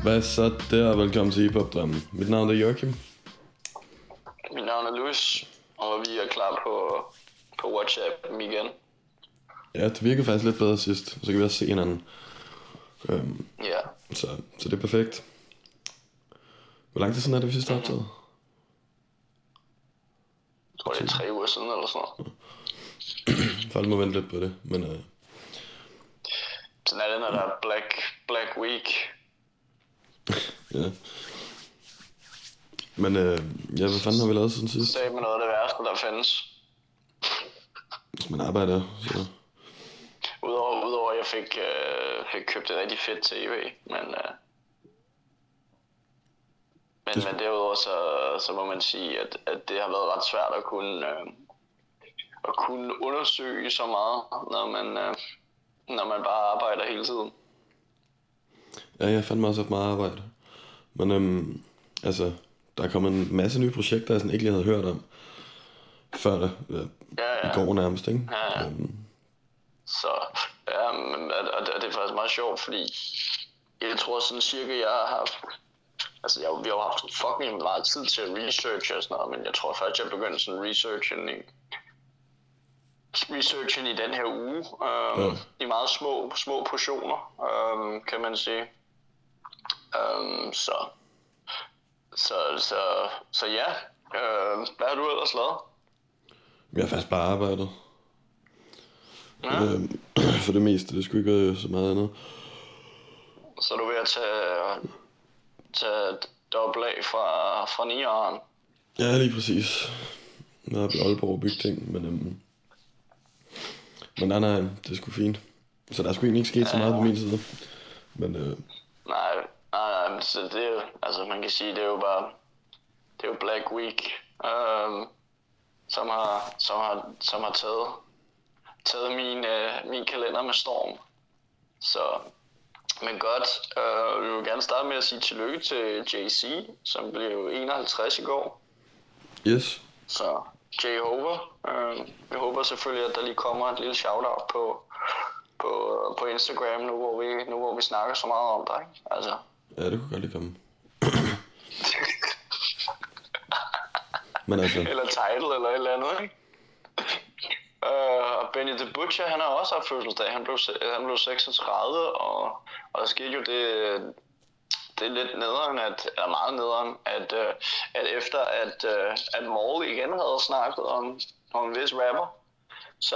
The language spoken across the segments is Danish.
Hvad så der, velkommen til Hiphop-drømmen. Mit navn er Joachim. Mit navn er Louis, og vi er klar på WhatsApp igen. Ja, det virkede faktisk lidt bedre sidst, så kan vi også se hinanden. Ja. Så det er perfekt. Hvor lang tid siden er det, vi sidst har optaget? Jeg tror, det er 3 uger siden eller sådan noget. Folk må vente lidt på det, men Sådan er det, når der er Black Week. ja. Men ja, hvad fanden har vi lavet siden sidst? Det er med noget af det værste, der findes. Hvis man arbejder, så... Udover at jeg fik købt et rigtig fedt tv, men derudover så må man sige, at det har været ret svært at kunne undersøge så meget, når man bare arbejder hele tiden. Ja, jeg har fandme også haft meget arbejde. Men altså, der er kommet en masse nye projekter, jeg sådan ikke lige havde hørt om før det. Ja. I går nærmest, ikke? Ja. Så ja, og det er faktisk meget sjovt, fordi jeg tror sådan cirka, jeg har haft... Altså, vi har jo haft fucking meget tid til at researche og sådan noget, men jeg tror først, jeg begyndte sådan researchen i den her uge. I meget små portioner, kan man sige. Så ja. Hvad har du ellers lavet? Jeg har faktisk bare arbejdet. Ja. For det meste, det skulle ikke gøre så meget andet. Så er du ved at tage dobbelt af fra nieren. Ja, lige præcis. Jeg har i Aalborg bygget ting, men nej, det er sgu fint. Så der er sgu egentlig ikke sket så meget på min side. Men Nej, så det er jo, altså man kan sige, det er jo Black Week, som har taget min kalender med storm. Så, men godt, vi vil gerne starte med at sige tillykke til JC, som blev 51 i går. yes. Så J-Hover, jeg håber selvfølgelig, at der lige kommer et lille shoutout på Instagram, nu hvor vi snakker så meget om dig, ikke? Altså. Ja, det kunne godt lige komme. Men altså... Eller title eller et eller andet, ikke? Og Benny the Butcher, han har også haft fødselsdag. Han blev 36, og der skete jo det er lidt nederen, meget nederen, at efter at Maul igen havde snakket om en vis rapper, så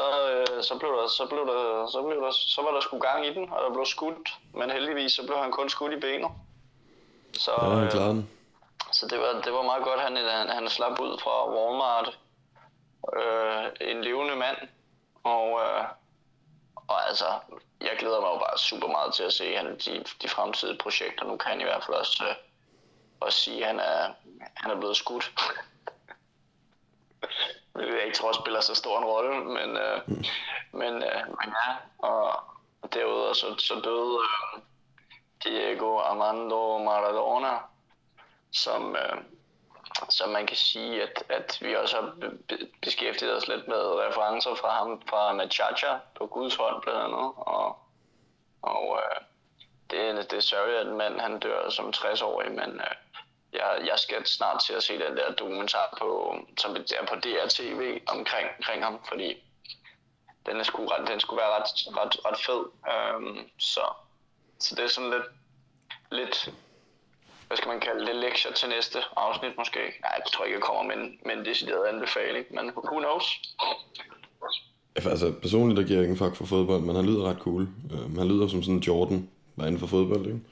var der sgu gang i den, og der blev skudt, men heldigvis så blev han kun skudt i benet. Så ja, han klarede den. Så det var meget godt, han slap ud fra Walmart, en levende mand, og altså, jeg glæder mig jo bare super meget til at se de fremtidige projekter. Nu kan han i hvert fald også sige, at han er blevet skudt. Det jeg ikke tror spiller så stor en rolle, men ja, og derudover så døde Diego Armando Maradona, som man kan sige, at vi også har beskæftiget os lidt med referencer fra ham fra Machacha på Guds hånd blandt andet, og det er sørgeligt, at manden han dør som 60-årig, men jeg skal snart til at se den der dokumentar som er på DR-TV omkring ham, fordi den skulle være ret fed, så det er sådan lidt hvad skal man kalde det, lektier til næste afsnit måske. Nej, jeg tror ikke, jeg kommer med en decideret anbefaling, men who knows? Altså, personligt der giver jeg ikke en fuck for fodbold, men han lyder ret cool. Han lyder som sådan en Jordan, bare inden for fodbold, ikke?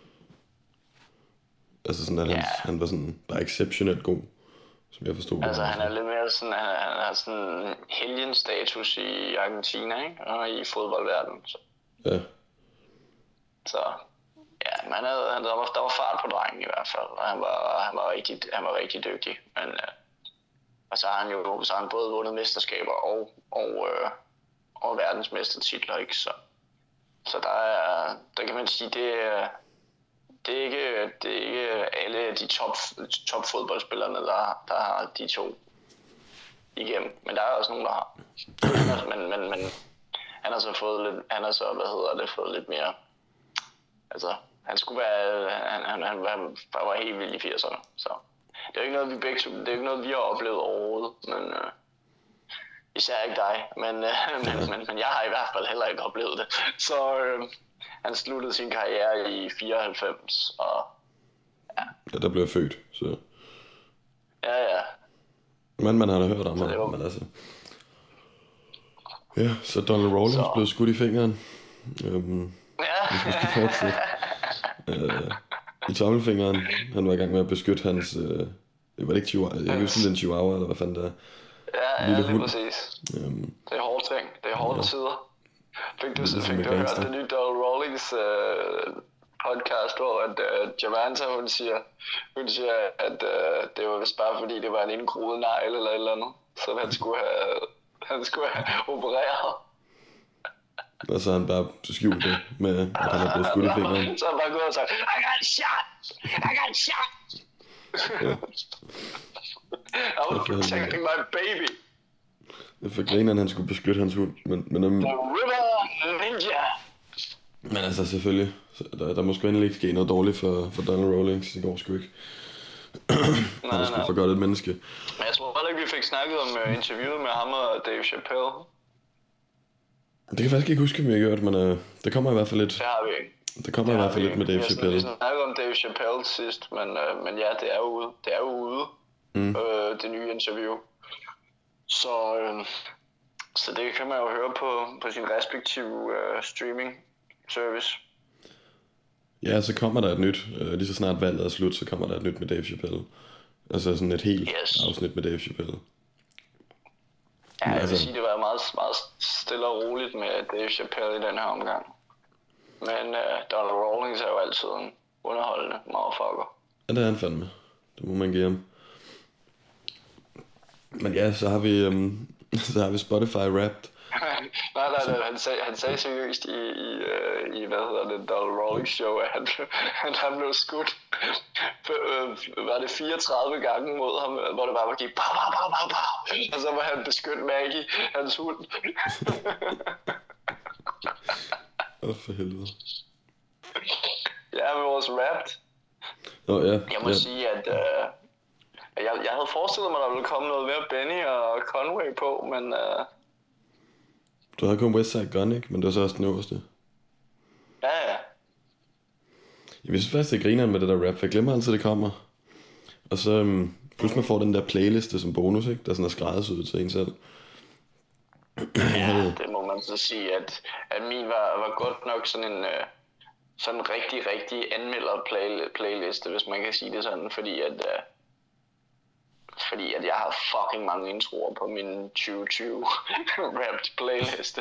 Altså sådan, at han var sådan bare exceptionelt god, som jeg forstod. Altså, han er lidt mere sådan, han har sådan helgenstatus i Argentina, ikke? Og i fodboldverdenen. Så. Ja. Så... Ja, men der var fart på drengen i hvert fald, og han var rigtig dygtig. Men og så har han både vundet mesterskaber og verdensmestertitler, ikke? Så der kan man sige, det er ikke alle de top fodboldspillerne, der har de to igennem, men der er også nogen, der har. Men han har så fået lidt, fået lidt mere, altså han skulle være, han var helt vild i 80'erne, så det er jo ikke noget, det er ikke noget, vi har oplevet overhovedet, men især ikke dig, men jeg har i hvert fald heller ikke oplevet det, så han sluttede sin karriere i 94, og ja, der blev jeg født, så... Ja. Men man har da hørt om ham, men altså... Ja, så Donald Rawlings blev skudt i fingeren. Hvis vi skal fortsætte. I tommelfingeren. Han var i gang med at beskytte hans... var det ikke chihuahua? Jeg kan huske, den chihuahua, eller hvad fanden det er. Ja, lige præcis. Det er hårde ting. Det er hårde tider. Fik du hørt det nye Donald Rawlings podcast, hvor at Javanta, hun siger, at det var vist bare fordi, det var en indgroet negl eller et eller andet. Så han skulle have opereret. Og så han bare skjult det med, at han er blevet skudt i fingeren. Så han bare gået og sagt, I got shot! I was protecting my baby. Det for grineren, han skulle beskytte hans hund. Men The River Ninja. Men altså selvfølgelig, der må sgu endelig ikke ske noget dårligt for Donald Rawlings. Det går sgu ikke. Han er sgu for godt et menneske. Men jeg tror heller ikke, vi fik snakket om interviewet med ham og Dave Chappelle. Det kan jeg faktisk ikke huske, om jeg har gjort, men det kommer i hvert fald lidt. Det har vi ikke. Det kommer i hvert fald lidt med Dave Chappelle. Vi snakkede om Dave Chappelle sidst, men ja, det er jo ude. Det er jo ude, det nye interview. Så det kan man jo høre på sin respektive streaming service. Ja, så kommer der et nyt. Lige så snart valget er slut, så kommer der et nyt med Dave Chappelle. Altså sådan et helt afsnit med Dave Chappelle. Ja, jeg vil sige, det var meget, meget stille og roligt med Dave Chappelle i den her omgang. Men Donald Rawlings er jo altid en underholdende motherfucker. Ja, det er han fandme. Det må man give ham. Men ja, så har vi Spotify Wrapped. nej, han sagde seriøst i hvad hedder det, Donald Rawlings show, at han blev skudt, var det 34 gange mod ham, hvor det bare var gik, og så var han beskyttet Maggie, hans hund. For helvede. Ja, vi var også Wrapped. Jeg må sige, at jeg havde forestillet mig, at der ville komme noget mere Benny og Conway på, men... Du havde kun Westside Gun, ikke? Men det var så også den øverste. Ja. Jeg synes faktisk, det griner med det der rap, for jeg glemmer altid, det kommer. Og så pludselig man får den der playliste som bonus, ikke? Der sådan er skræddersyet til en selv. Ja, det må man så sige, at min var godt nok sådan en sådan rigtig anmelder playliste, hvis man kan sige det sådan, fordi at jeg har fucking mange introer på min 2020 rapped playliste.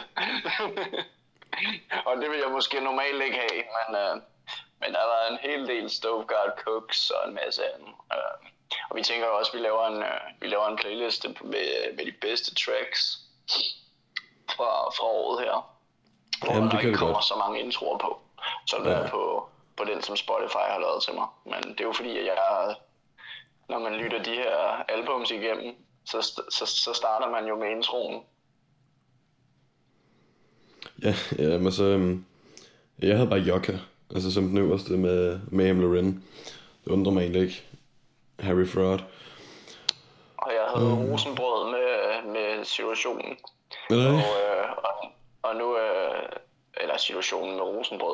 Og det vil jeg måske normalt ikke have, men der var en hel del Stoveguard Cooks og en masse andet. Og vi tænker også, at vi laver en playliste med de bedste tracks fra året her. Hvor der ikke kommer så mange introer på, som der er på den, som Spotify har lavet til mig. Men det er jo fordi, at når man lytter de her albums igennem, så starter man jo med introen. Ja, men så... jeg havde bare Yokka, altså som den øverste med Mayhem Lauren. Det undrer mig egentlig ikke. Harry Fraud. Og jeg havde rosenbrød med situationen. Og nu... eller situationen med rosenbrød.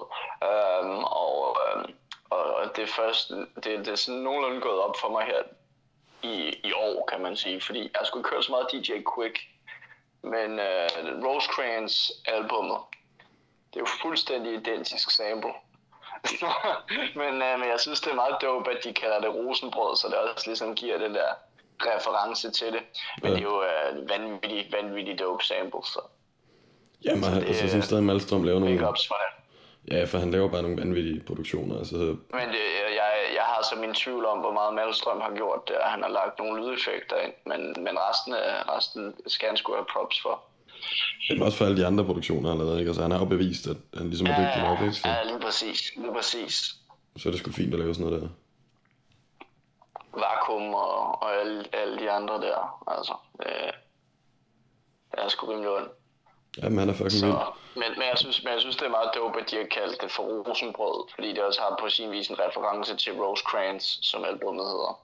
Og det er først, det er sådan nogenlunde gået op for mig her i år, kan man sige, fordi jeg skulle køre så meget DJ Quick, men Rosecrans albumet, det er jo fuldstændig identisk sample. men jeg synes, det er meget dope, at de kalder det rosenbrød, så det også ligesom giver den der reference til det. Men det er jo vanvittigt dope sample, så. Jamen, jeg synes stadig, Malmstrøm laver nogle... Big ups for det. Ja, for han laver bare nogle vanvittige produktioner. Altså... Men jeg har så min tvivl om, hvor meget Malmstrøm har gjort det, og han har lagt nogle lydeffekter ind, men resten skal han sgu have props for. Men også for alle de andre produktioner, han har lavet, ikke? Altså, han har jo bevist, at han ligesom er dygtig nok, ikke? Så... Ja, lige præcis. Så er det sgu fint at lave sådan noget der. Vakuum og alle de andre der, altså. Det er sgu rimelig ondt. Jamen, han er fucking vild. Men jeg synes, det er meget dope, at de har kaldt det for rosenbrød, fordi det også har på sin vis en reference til Rosecrans, som albumet hedder.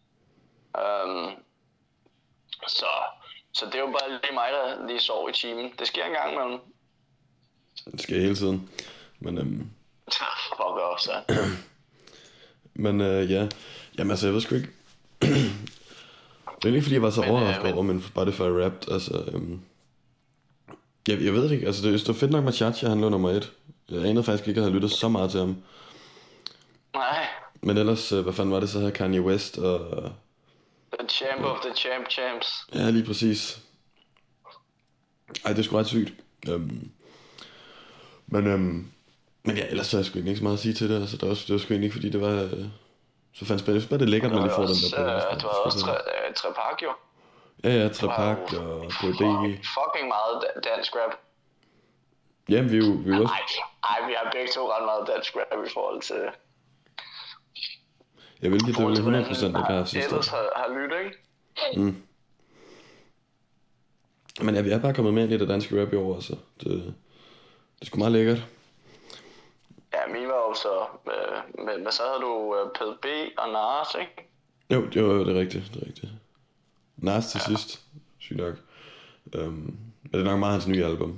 Så det er jo bare lige mig, der lige sover i timen. Det sker engang imellem. Det sker hele tiden. Men fuck også, ja. Men ja. Jamen altså, jeg ved sgu ikke. Det er ikke fordi jeg var så overrasket over, men Spotify Wrapped, altså jeg ved det ikke, altså det var fedt nok med Chacha, han lå nummer 1. Jeg anede faktisk ikke, at jeg havde lyttet så meget til ham. Nej. Men ellers, hvad fanden var det så her, Kanye West og... The champ of the champs. Ja, lige præcis. Ej, det er sgu ret sygt. Men ja, ellers så er jeg sgu ikke så meget at sige til det, altså det var sgu egentlig ikke, fordi det var... Så fandt spændende, det er lækkert, når de får den der på. Du havde også Trepak jo. Ja, Trepak og PB. Fucking meget dansk rap. Jamen, vi er jo også... Ej, vi har begge to ret meget dansk rap i forhold til... Jeg vil give det vel 100% der kan sidste år. Ellers har lyttet, ikke? Men ja, vi er bare kommet med ind i det danske rap i år, altså. Det er sgu meget lækkert. Ja, min var jo så... Men så havde du PDB og Nas, ikke? Jo, det er rigtigt. Nas til sidst, sygt nok. Men det er nok meget hans nye album.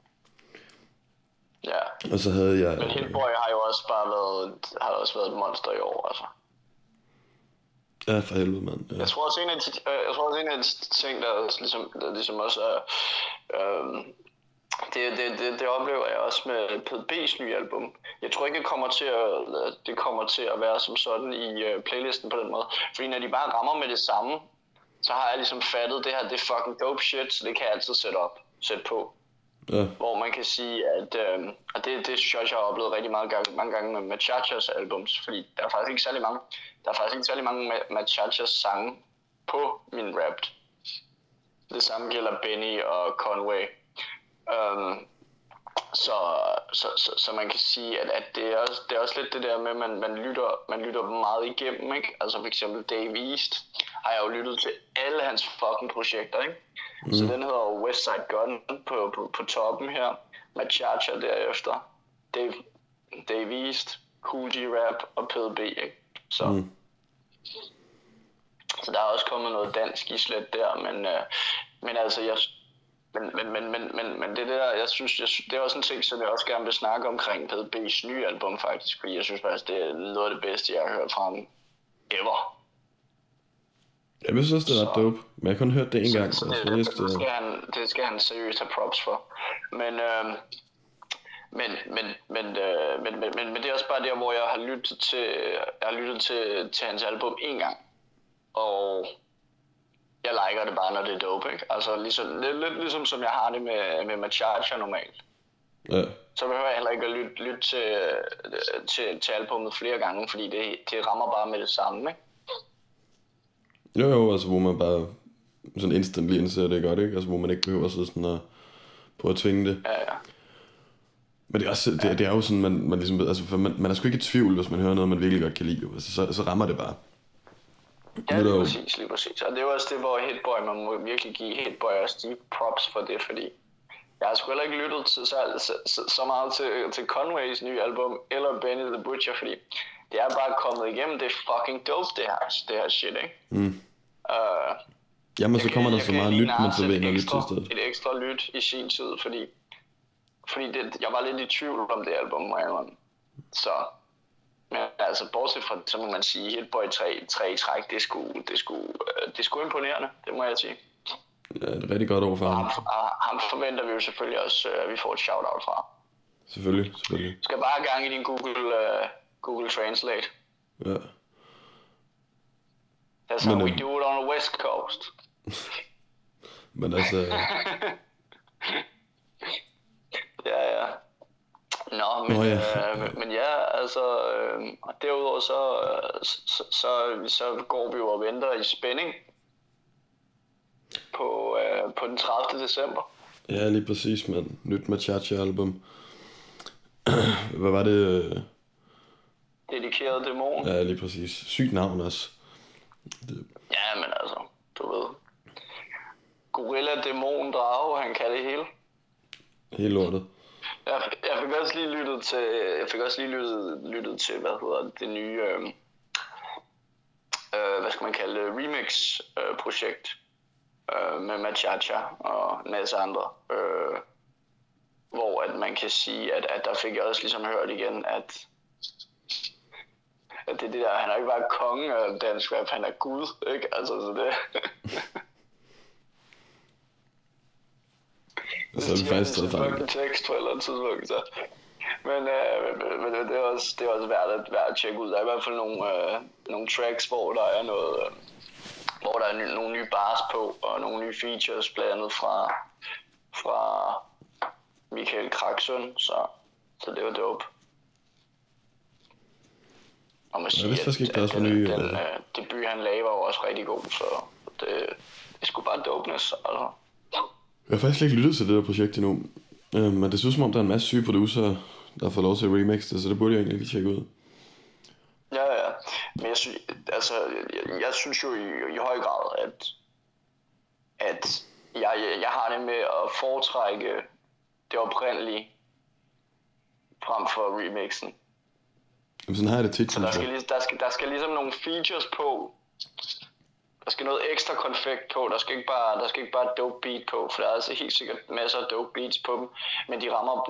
Ja. Og så havde jeg... Men Hit Boy har jo også bare været et monster i år, altså. Ja, for helvede, mand. Ja. Jeg tror også en af de ting, der ligesom også er... Det oplever jeg også med PDB's nye album. Jeg tror ikke, det kommer til at være som sådan i playlisten på den måde. Fordi når de bare rammer med det samme, så har jeg ligesom fattet, det her, det er fucking dope shit, så det kan jeg altid sætte på. Ja. Hvor man kan sige, at og det synes jeg også, jeg har oplevet rigtig mange gange med Chachas albums, fordi der er faktisk ikke særlig mange med Chachas sange på min Wrapped. Det samme gælder Benny og Conway. Så man kan sige, at det er også lidt det der med, at man lytter meget igennem, ikke? Altså for eksempel Dave East har jeg jo lyttet til alle hans fucking projekter, ikke? Så den hedder Westside Gun på toppen her, med Chacha derefter, Dave East, Kool G Rap og PDB, ikke? Så der er også kommet noget dansk islet der, men altså Men det der, jeg synes, det er også en ting, som jeg også gerne vil snakke omkring PDB's nye album faktisk, fordi jeg synes faktisk, det er noget af det bedste, jeg har hørt fra ham ever. Jeg synes også, det er ret dope, men jeg har kun hørt det en gang. Det skal han seriøst have props for. Men det er også bare der, hvor jeg har lyttet til hans album en gang, og jeg liker det bare, når det er dope, ikke? Altså lidt ligesom som jeg har det med Machacha normalt. Ja. Så behøver jeg heller ikke at lytte til albumet flere gange, fordi det rammer bare med det samme, ikke? Jo, altså hvor man bare sådan instantly indser det godt, ikke? Altså hvor man ikke behøver at sidde sådan og prøve at tvinge det. Ja. Men det er også, det er jo sådan, man ligesom, altså for man er sgu ikke i tvivl, hvis man hører noget, man virkelig godt kan lide, jo. Altså, så rammer det bare. Ja, lige præcis. Og det er jo også det, hvor Hit Boy, man må virkelig give Hit Boy også de props for det, fordi jeg har sgu heller ikke lyttet til så meget til Conways nye album, eller Benny the Butcher, fordi det er bare kommet igennem, det er fucking dope, det her shit, ikke? Jamen, så kommer der så meget nyt, man så vil lytte til stedet. Et ekstra lyt i sin tid, fordi jeg var lidt i tvivl om det album, må jeg indrømme. Så... Men altså, bortset fra, så må man sige, Hit Boy 3 i træk, det er sgu imponerende, det må jeg sige. Ja, det er rigtig godt over for ham. Ham forventer vi jo selvfølgelig også, at vi får et shout-out fra. Selvfølgelig. Du skal bare have gang i din Google Translate. Ja. That's how we do it on the West Coast. Men altså... Ja. Men ja, altså, derudover så går vi jo og venter i spænding på den 30. december. Ja, lige præcis, mand. Nyt Machacha-album. Hvad var det? Dedikeret dæmon. Ja, lige præcis. Sygt navn også. Ja, men altså, du ved. Gorilla, dæmon, drage, han kan det hele. Helt lortet. Jeg fik også lige lyttet til, hvad hedder det nye, hvad skal man kalde det, remix projekt med Machacha og en masse andre. Hvor at man kan sige, at der fik jeg også ligesom hørt igen, at det er det der, han er ikke bare konge af dansk rap, han er gud, ikke? Altså, så det... Og så er vi faktisk stadig fucking tekst på et eller andet tidspunkt, så... Men det er også værd at tjekke ud. Der er i hvert fald nogle tracks, hvor der er noget... hvor der er nogle nye bars på, og nogle nye features, blandt andet fra Michael Kraksund, så det var dope. Og man siger, at den debut han lagde var også rigtig god, så det skulle bare dopeness, altså. Jeg har faktisk ikke lyttet til det der projekt endnu, men det synes som om der er en masse syge producer, der får lov til at remix det, så det burde jeg egentlig lige tjekke ud. Ja, men jeg synes jo i høj grad, at jeg har det med at foretrække det oprindelige frem for remixen. Jamen sådan har jeg det tit. Så der skal ligesom nogle features på. Der skal noget ekstra konfekt på. Der skal ikke bare dope beat på, for der er altså helt sikkert masser af dope beats på dem, men de rammer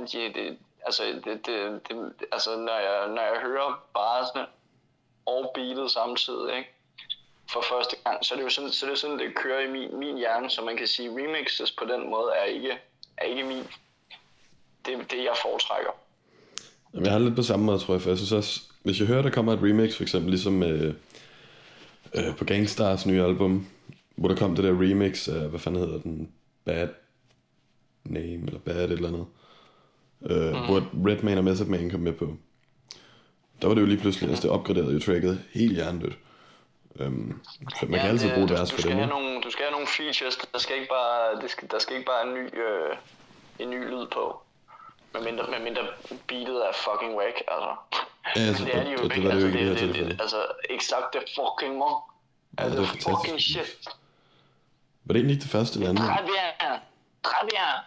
når jeg hører barsene og beatet samtidig, ikke? For første gang, så er det jo sådan det kører i min hjerne, så man kan sige remixes på den måde er ikke min. Det jeg foretrækker. Jamen, jeg har lidt på samme måde, tror jeg, for jeg synes også, hvis jeg hører, der kommer et remix, for eksempel ligesom på Gangstars nye album, hvor der kom det der remix af, hvad fanden hedder den, Bad Name, eller Bad et eller andet, hvor Redman og Method Man kom med på. Der var det jo lige pludselig, altså det opgraderede jo tracket helt hjernedødt. Så man kan altid bruge vers for det. Du skal have nogle features, der skal ikke bare en ny lyd på. Medmindre beatet er fucking whack, altså. Ja, altså, det er de jo ikke. Det var det jo ikke i det her tilfælde. Altså, exakt det fucking må. Ja, det var fucking shit. Var det egentlig ikke det første eller andet? Trabia.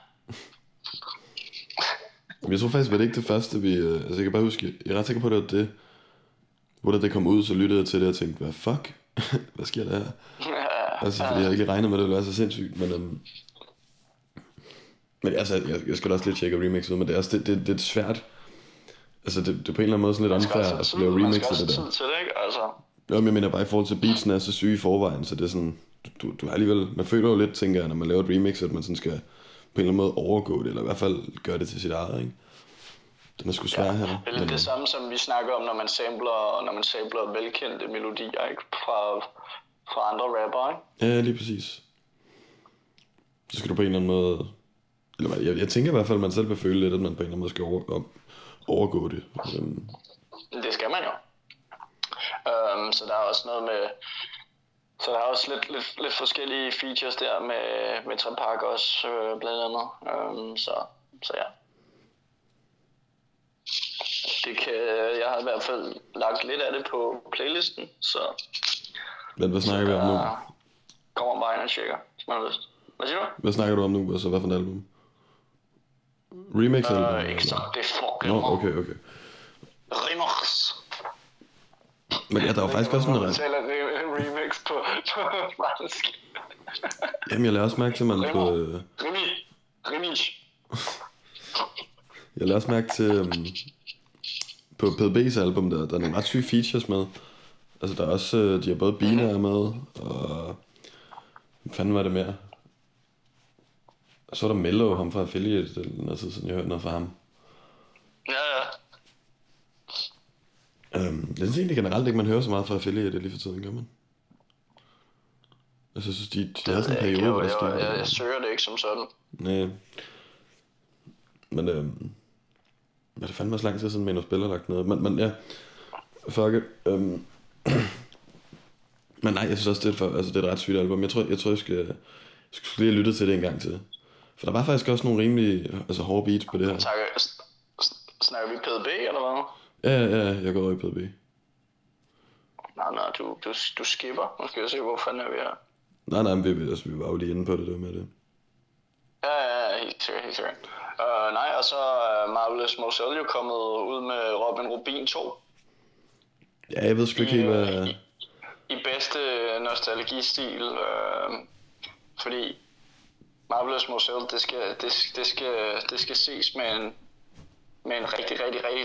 Jeg tror faktisk, var det ikke det første, altså jeg kan bare huske, jeg er ret sikker på, det var det, hvor da det kom ud, så lyttede jeg til det og tænkte, hvad fuck? Hvad sker der her? Altså, fordi jeg ikke lige regnet med, det ville være så sindssygt, men altså, jeg skal da også lidt tjekke remix ud, men det er også, det er svært. Altså, det er på en eller anden måde sådan lidt unfair at lave remix af det der. Man skal også tid til det, ikke? Altså. Jo, men jeg mener bare i forhold til beatsen er så syge i forvejen, så det er sådan, du har alligevel, man føler jo lidt, tænker jeg, når man laver et remix, at man sådan skal på en eller anden måde overgå det, eller i hvert fald gøre det til sit eget, ikke? Den er sgu svær her. Det er lidt det samme, som vi snakker om, når man sampler velkendte melodier, ikke? Fra andre rapper, ikke? Ja, lige præcis. Så skal du på en eller anden måde, eller jeg tænker i hvert fald, at man selv vil føle lidt, at man på en eller anden måde skal overgå det. Det skal man jo. Så der er også noget med, så der er også lidt forskellige features der med Trepak også, blandt andet. Så ja. Jeg har i hvert fald lagt lidt af det på playlisten, så... Hvad snakker vi om nu? Kommer bare ind og tjekker, hvis man har lyst. Hvad siger du? Hvad snakker du om nu? Altså, hvad for et album? Remix-album? Ikke så, det er fucking... Nå, okay. Remix. Men ja, der var faktisk også sådan noget... Man taler remix på fransk. Jamen, jeg lader også mærke til, man på... Remix. Jeg lader også mærke til... på PDB's album, der er nogle ret syge features med. Altså, der er også... de har både Bina med, og... Hvad fanden var det mere? Og så er der Mello, ham fra Affiliate, eller noget tid siden, jeg hørte noget fra ham. Ja. Jeg synes egentlig generelt ikke, man hører så meget fra Affiliate lige for tiden, gør man? Altså, jeg synes, de havde sådan en periode, hvor der skete... Jeg søger det ikke som sådan. Nej. Men det fandme også lang tid siden, Menno Spiller lagt noget. Men ja, fuck it. Men nej, jeg synes også, det er et ret sygt album. Jeg tror, jeg skal lige have lyttet til det en gang til. For der var faktisk også nogle rimelig hårde beats på det her. Snakker vi PDB, eller hvad? Ja, jeg går over i PDB. Nej, du skipper. Nu skal jeg se, hvor fanden er vi her. Nej, men vi var jo lige inde på det der med det. Ja, helt sikkert. Nej, og så er Marvelous Marcel jo kommet ud med Robin Rubin 2. Ja, jeg ved sgu ikke helt, hvad... I bedste nostalgistil, fordi Marvelous Marcel, det skal ses med en rigtig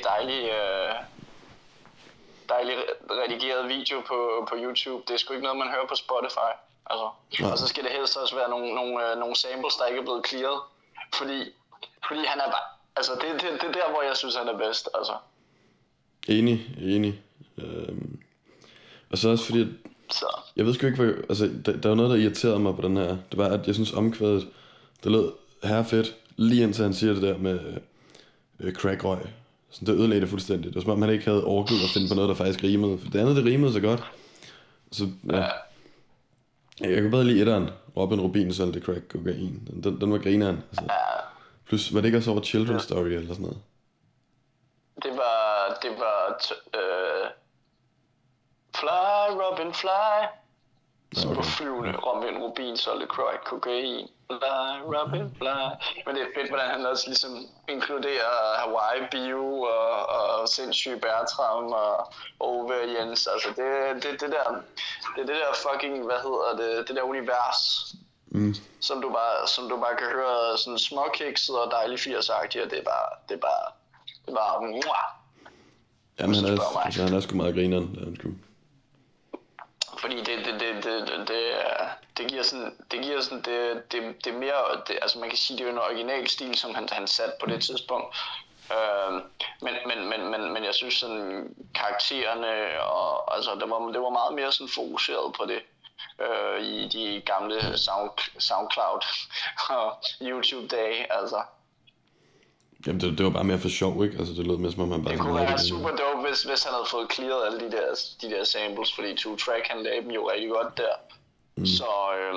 dejlig redigeret video på YouTube. Det er sgu ikke noget, man hører på Spotify. Altså. Ja. Og så skal det helst også være nogle samples, der ikke er blevet clearet. Fordi han er bare... Altså, det er der, hvor jeg synes, han er bedst. Altså. Enig. Og så også fordi... Så. Jeg ved sgu ikke, hvad... Altså, der var noget, der irriterede mig på den her. Det var, at jeg synes omkvædet, det lød herrefedt, lige indtil han siger det der med crack-røg. Så det ødelagde det fuldstændigt. Det var som om han ikke havde overgivet at finde på noget, der faktisk rimede. For det andet, det rimede så godt. Så ja. Jeg kunne bedre lide etteren. Robin Rubin solgte det crack kokain. Den var grineren. Altså. Plus, var det ikke også over Children's Story eller sådan noget? Det var Fly, Robin, fly. Super flyvende. Robin Rubin solgte crack kokain. Fly, Robin, fly. Men det er fedt, hvordan han også ligesom inkluderer Hawaii Bio og sindssyge Bertram og Ove og Jens. Altså det der fucking, hvad hedder det der univers, som du bare kan høre sådan småkikset og dejlig 80'er-agtigt, og det er bare Jamen han er sgu meget grineren, der han skulle. Fordi det giver sådan det mere det, altså man kan sige, det er jo en original stil, som han satte på det tidspunkt. Men jeg synes sådan karaktererne og altså det var meget mere sådan fokuseret på det i de gamle SoundCloud og YouTube dage, altså. Jamen det var bare mere for sjov, ikke? Altså det lød mere som om han bare... Det kunne være super dope, hvis han havde fået clearet alle de der samples, fordi 2Track han lagde dem jo rigtig godt der. Så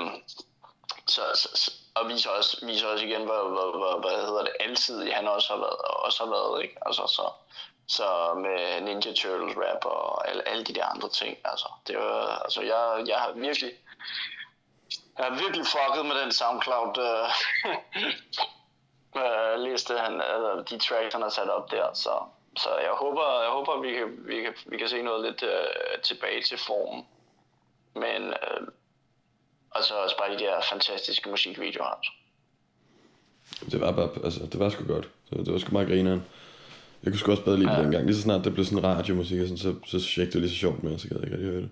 og viser også igen, hvad hedder det, alsidig han også har været, ikke? Altså så med Ninja Turtles rap og alle de der andre ting, altså. Det var, altså jeg har virkelig fucket med den SoundCloud liste eller de tracks han har sat op der, så jeg håber vi kan se noget lidt tilbage til formen, men altså også bare de der fantastiske musikvideoer, altså. Det var bare, altså det var sgu godt. Det var sgu meget grineren. Jeg kunne sgu også bedre lide det dengang. Lige så snart det blev sådan radiomusik og sådan, så synes jeg ikke det var lige så sjovt mere, så gad jeg ikke rigtig høre det.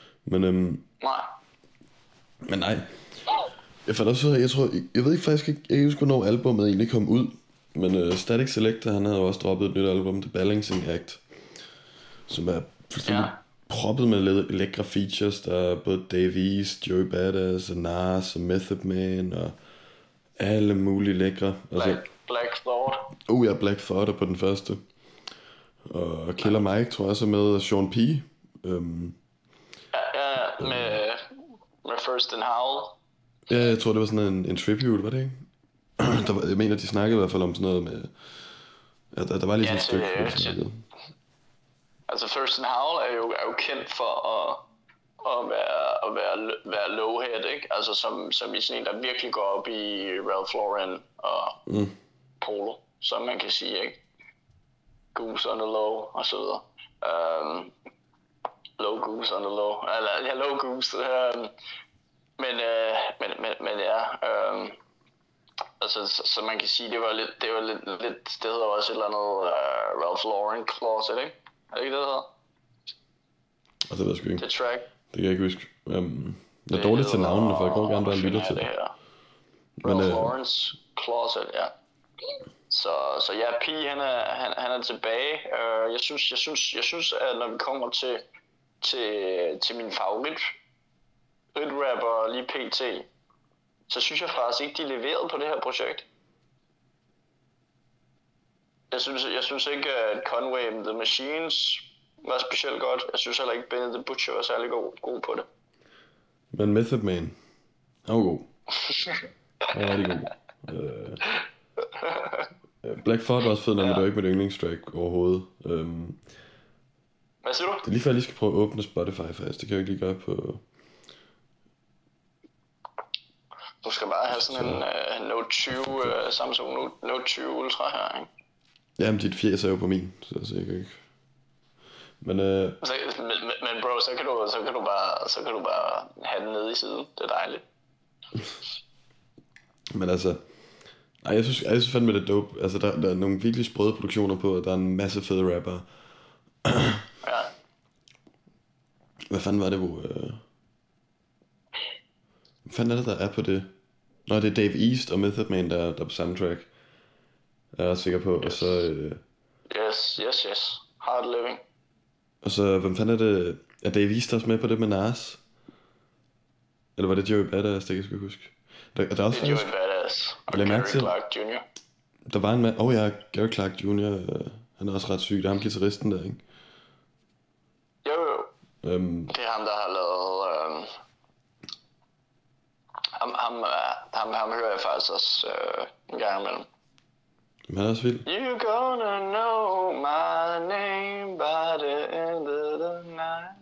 Men nej. Jeg fandt også, jeg ved ikke faktisk ikke, jeg kan huske, hvornår albumet egentlig kom ud. Men Static Selector, han havde også droppet et nyt album, The Balancing Act, som er fuldstændig proppet med lækre features. Der er både Dave East, Joey Badass, og Nas, og Method Man, og alle mulige lækre. Altså, Black Thought. Ja, Black Thought er på den første. Og Killer Mike, tror jeg også er med, Sean P. Med First and Howl. Ja, jeg tror det var sådan en tribute, var det ikke? Jeg mener, de snakkede i hvert fald om sådan noget med... Ja, der var lige sådan et stykke, hvor de snakkede. Altså First and Howl er jo kendt for at være lowhead, ikke? Altså som i sådan en, der virkelig går op i Ralph Lauren og Polo, som man kan sige, ikke? Goose on the low, og så videre. Low goose on the low. Ja, low goose. Men ja, altså så man kan sige, det var lidt det hedder også et eller andet Ralph Lauren closet, ikke? Er det ikke det hedder? Og det ved jeg sgu ikke. Det track. Det kan jeg ikke huske. Jeg er dårligt til navnene, for jeg går gerne bare lytter til det. Ralph Lauren's Closet, ja. Så ja, P han er tilbage. Jeg synes at når vi kommer til min favorit rapper lige pt, så synes jeg faktisk ikke de leverede på det her projekt. Jeg synes ikke at Conway and the Machines var specielt godt. Jeg synes heller ikke Benny the Butcher var særlig god på det. Men Method Man, han var god. Han var rigtig god. Black Thought var også fed, men det var ikke mit yndlingstrack overhovedet. Hvad siger du? Det er lige før jeg lige skal prøve at åbne Spotify faktisk. Det kan jeg ikke lige gøre på skal bare have sådan en Note 20, Samsung Note 20 Ultra her, ikke? Jamen, dit fjes er jo på min, så jeg ikke. Men bro, så kan du bare have den nede i siden. Det er dejligt. Men altså, nej, jeg synes fandme det er dope. Altså, der er nogle virkelig sprøde produktioner på, og der er en masse fede rapper. Ja. Hvad fanden var det, hvor... Hvad fanden er det, der er på det? Nå, det er Dave East og Method Man, der er på soundtrack. Jeg er ret sikker på, yes. Og så... Yes. Hard Living. Og så, hvem fanden er det... Er Dave East også med på det med Nas? Eller var det Joey Badass, det kan jeg sgu huske. Der er også det er Joey Badass og Gary Clark Jr. Der var en mand... ja, Gary Clark Jr. Han er også ret syg. Det er ham guitaristen der, ikke? Jo. Det er ham, der har lavet... Ham hører jeg faktisk også en gang imellem. Men han er også vild. You gonna know my name by the end of the night.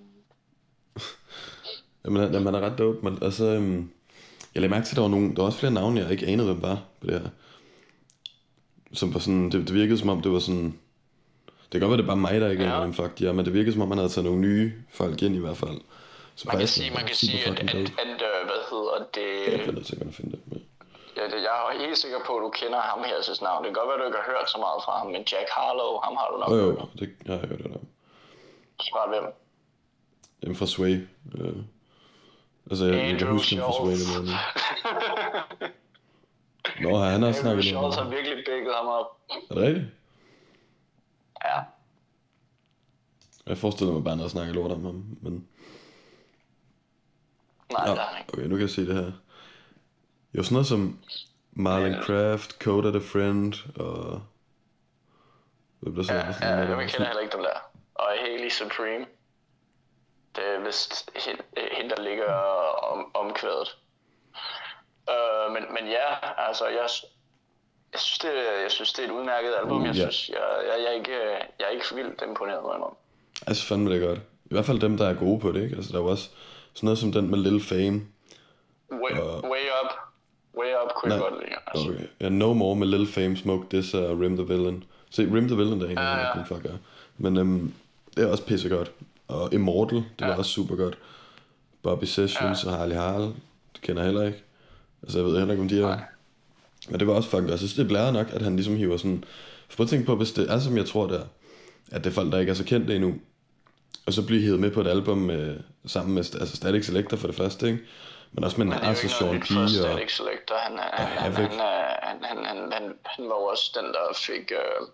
Jamen, han er ret dope, men altså... jeg lagde mærke til, at der var også flere navne, jeg ikke anede, hvem var på det her. Som var sådan... Det virkede som om, det var sådan... Det kan godt være, det er bare mig, der ikke anede, hvem fuck de er, men det virkede som om, man havde taget nogle nye folk ind i hvert fald. Så man kan sige, at hvad hedder det... Jeg finder sikkert at finde det med. Ja, jeg er helt sikker på, at du kender ham her til navn. Det kan godt være, at du ikke har hørt så meget fra ham, men Jack Harlow, ham har du nok hørt. Jo, det har jeg hørt om. Fra hvem? Jamen fra Sway. Altså, jeg kan huske ham fra Sway det med. Nå, han har snakket lidt. Andrew Schultz har virkelig bækket ham op. Er det rigtigt? Ja. Jeg forestiller mig bare, når jeg snakker lort om ham, men... Nej, det er ikke. Okay, nu kan jeg se det her. Jo, sådan noget som Marlon Craft, Coda the Friend, og... Hvem der så jeg kender heller ikke dem der. Og Hailey Supreme. Det er vist hende, der ligger omkvædet. Men ja, altså, jeg synes, det er et udmærket album. Jeg er ikke for vildt imponeret med mig. Jeg synes fandme det er godt. I hvert fald dem, der er gode på det, ikke? Altså, der var også sådan noget som den med Lil Fame. Way Up kunne jeg godt lide. Altså. Okay. Ja, No More med Lil Fame, Smoke This og Rim the Villain. Se, Rim the Villain, der er en af dem, fuck er. Men det er også pissegodt. Og Immortal, det var også super godt. Bobby Sessions og Harley Harl, det kender jeg heller ikke. Altså, jeg ved heller ikke, om de er... Men det var også fucking godt. Jeg synes, det er blæret nok, at han ligesom hiver sådan... For at tænke på, hvis det er, som jeg tror, det er, at det er folk, der ikke er så kendte endnu, og så bliver hivet med på et album sammen med Static Selector for det første, ikke? Men også med Nas og Sean P. Og Static Selector, han var jo også den, der fik...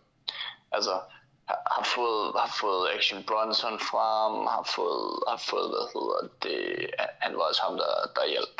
har fået Action Bronson frem, har fået hvad hedder det... Han var også ham, der hjalp...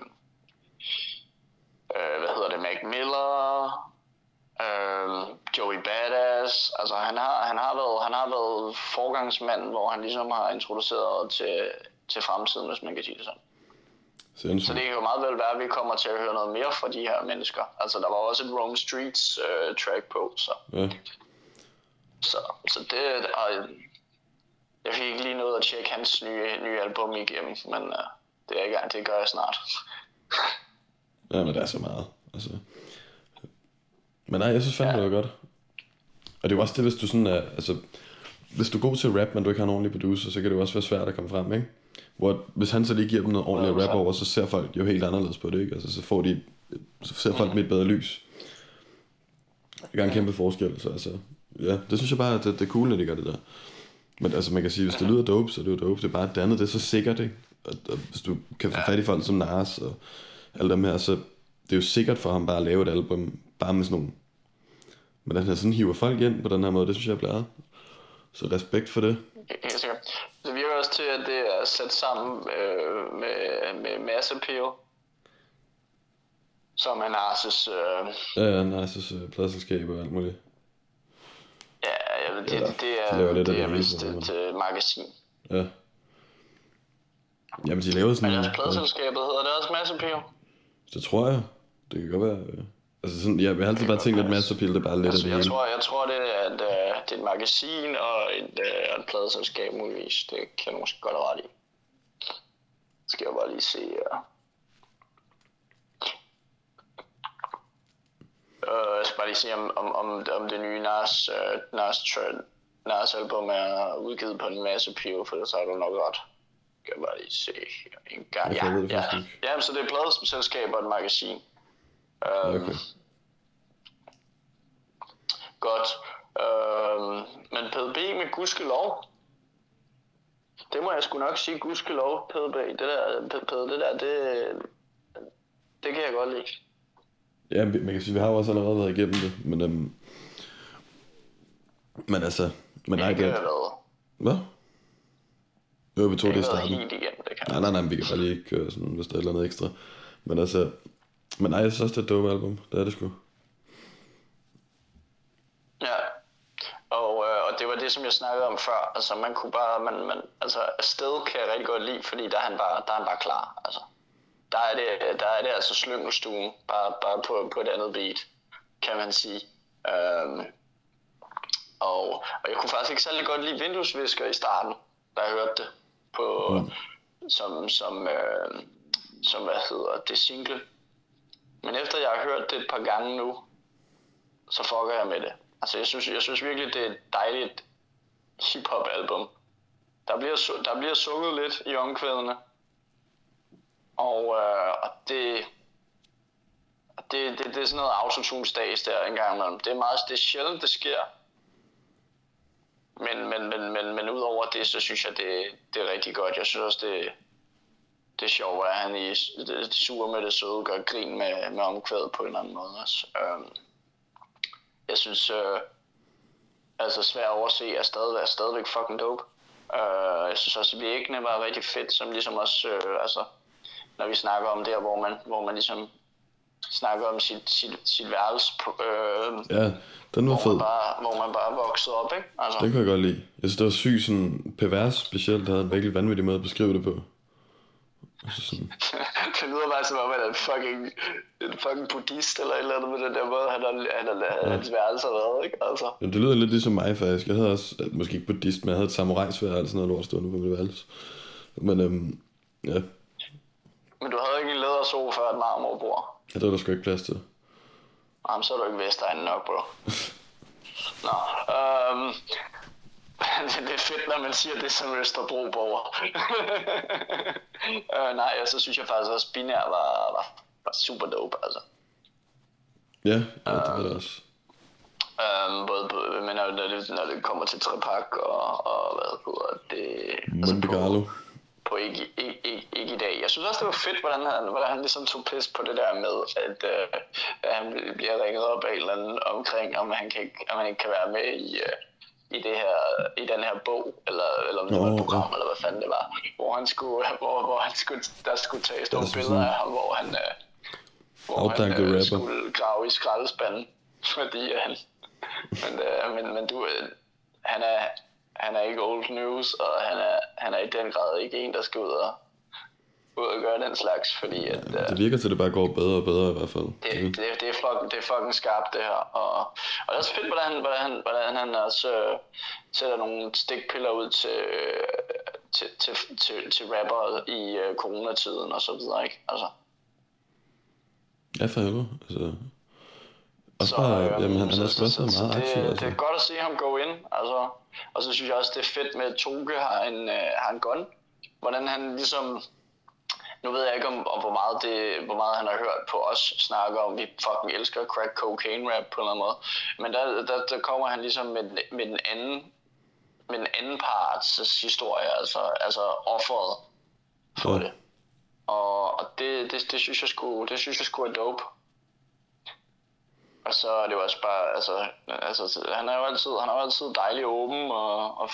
Mac Miller... Joey Badass, altså han har været forgangsmanden, hvor han ligesom har introduceret til fremtiden, hvis man kan sige det sådan. Så det kan jo meget vel være, at vi kommer til at høre noget mere fra de her mennesker. Altså der var også et Rome Streets track på, så. Ja. Så det jeg fik ikke lige noget at tjekke hans nye album igennem, men det er ikke gang, det gør jeg snart. Ja, men det er så meget, altså. Men nej, jeg synes fandme, det var godt. Og det er jo også det, hvis du sådan er, altså, hvis du er god til rap, men du ikke har en ordentlig producer, så kan det jo også være svært at komme frem, ikke? Hvor hvis han så lige giver dem noget ordentligt rap over, så ser folk jo helt anderledes på det, ikke? Altså, så ser folk med et bedre lys. Det gør en kæmpe forskel, så altså, ja, det synes jeg bare, at det er cool, når de gør det der. Men altså, man kan sige, hvis det lyder dope, så er det jo dope. Det er bare det andet, det er så sikkert, ikke? Og hvis du kan få fat i folk som Nas og alle dem her, så det er jo sikkert for ham bare at lave et album, bare med sådan nogle... Men at han sådan hiver folk ind på den her måde, det synes jeg er blæret. Så respekt for det. Helt sikkert. Det virker også til, at det er sat sammen med Mass Appeal. Som er Nas' Ja, Nas' pladselskab og alt muligt. Ja, det er vist et magasin. Ja. Jamen, de laver sådan... Men deres pladselskabet hedder det også Mass Appeal? Det tror jeg. Det kan godt være... Altså sådan, jeg har altid bare tænkt, at Mass Appeal, det er bare lidt af det hele. Jeg tror det er et magasin og et pladeselskab muligvis. Det kan jeg måske godt have ret i. Skal jeg bare lige se... lige sige om det nye Nas album er udgivet på en masse pive, for så er du nok ret. Kan jeg bare lige se en gang. Ja, så det er pladeselskab og et magasin. Okay. Godt. Men PDB med gudskelov. Det må jeg sgu nok sige, gudskelov, PDB. Det kan jeg godt lide. Ja, man kan sige, vi har jo også allerede været igennem det, men altså, men nej, det er... Hvad? Jo, vi tog det i starten. Nej, vi kan bare lige køre sådan, hvis der er et eller andet ekstra. Men altså, men nej, jeg synes også, det er et dope album. Det er det sgu. Ja, og det var det, som jeg snakkede om før. Altså, man kunne bare, altså, afsted kan jeg rigtig godt lide, fordi der er han bare klar, altså. Der er det altså slyngelstuen, bare på et andet beat, kan man sige. Og jeg kunne faktisk ikke særlig godt lide vinduesvisker i starten, da jeg hørte det på som hvad hedder det, single. Men efter jeg har hørt det et par gange nu, så fucker jeg med det. Altså jeg synes virkelig det er et dejligt hip-hop album. Der bliver sunget lidt i omkvædene. Og det er sådan noget autotune-stads der engang imellem. Det er sjældent det sker. Men udover det, så synes jeg det er rigtig godt. Jeg synes også det er sjovt, at han i det sure med det søde gør grin med omkvædet på en eller anden måde også. Jeg synes altså svært at overse er stadigvæk fucking dope. Jeg synes også at væggene var rigtig fedt, som ligesom også altså når vi snakker om der, hvor man ligesom snakker om sit værelse ja, den var fed. Hvor man bare voksede op, ikke? Altså. Den kan jeg godt lide. Jeg synes det var sygt sådan pervers specielt, havde en virkelig vanvittig måde at beskrive det på. Det lyder bare som om han er en fucking buddhist eller et eller andet med den der måde, hans værelse har været, ikke? Altså. Ja, det lyder lidt ligesom mig faktisk. Jeg havde også, måske ikke buddhist, men jeg havde et samurajsværd eller sådan noget lort stående på mit værelse. Men ja. Men du havde ikke en lædersofa og et marmorbord? Ja, det var der sgu ikke plads til. Jamen, så er du ikke Vestegnen nok, bro. Nå, det er fedt, når man siger det som Østerbro-borger. Nej, så synes jeg faktisk også, Binær var super dope, altså. Ja, det var det også. Både men når det kommer til Trepak og hvad hedder det... Monte Carlo. På ikke i dag. Jeg synes også, det var fedt, hvordan han ligesom tog pis på det der med, at han bliver ringet op af en eller anden omkring, om han ikke kan være med i den her bog, eller om det var et program, eller hvad fanden det var, hvor der skulle tages nogle billeder af ham, hvor han skulle grave i skraldespanden, fordi han er ikke old news, og han er i den grad ikke en, der skal ud og gøre den slags, fordi at... det virker til, at det bare går bedre og bedre i hvert fald. Det er fucking skarpt, det her. Og det er også fedt, hvordan han også sætter nogle stikpiller ud til rappere i coronatiden og så videre, ikke? Altså. Ja, for helvede. Altså... Så, jamen, han er sgu også meget aktiv. Det er godt at se ham gå ind, altså. Og så synes jeg også, det er fedt med, at Toge har en gun. Hvordan han ligesom... Nu ved jeg ikke, om hvor meget han har hørt på os snakke om, vi fucking elsker crack cocaine rap på en eller anden måde. Men der kommer han ligesom med den anden parts historie, altså offeret for det. Og det synes jeg sgu er dope. Og så er det jo også bare, altså han har jo altid dejlig åben og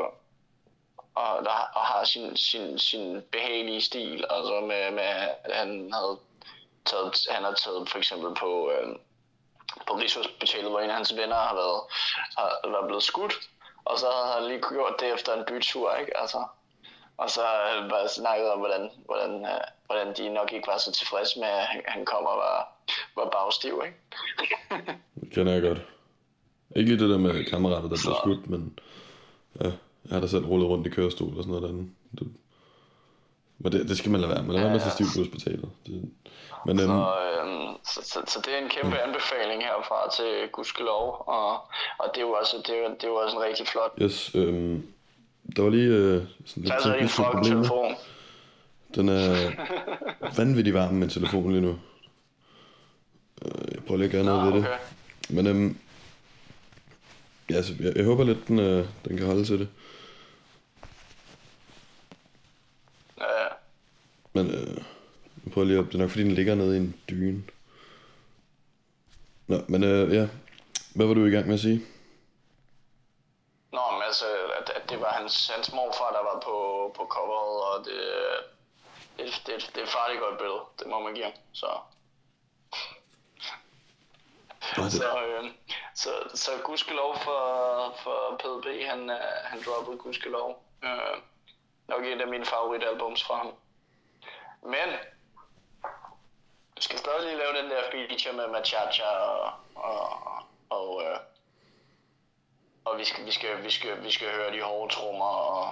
har sin behagelige stil, altså med at han har taget for eksempel på Rigshospitalet, hvor en af hans venner har været blevet skudt, og så havde han lige gjort det efter en bytur, ikke? Altså. Og så bare snakket om, hvordan de nok ikke var så tilfredse med, at han kom og var bagstiv, ikke? Det kender jeg godt. Ikke lige det der med kammerater, der blev skudt, men ja, jeg har da selv rullet rundt i kørestol og sådan noget derinde. Men det skal man lade være med. Lad være med at tage stiv på hospitalet. Men, så det er en kæmpe anbefaling herfra til gudskelov, og det er jo også, det er jo også en rigtig flot. Yes, der var lige sådan lidt tekniske problemer. Telefon. Den er vanvittig varm med telefonen lige nu. Jeg prøver lige at gøre noget ved det. Men ja, altså, jeg håber lidt, den kan holde til det. Ja. Men jeg prøver lige op. Det er nok fordi, den ligger nede i en dyne. Nå, men ja. Hvad var du i gang med at sige? Nå, men altså, at det var hans morfar, der var på coveret, og det er et farligt godt billede. Det må man give ham, så... Så gudskelov for PDB, han droppede gudskelov. Nok et af mine favoritalbums fra ham. Men du skal stadig lige lave den der feature med Machacha og vi skal høre de hårde trommer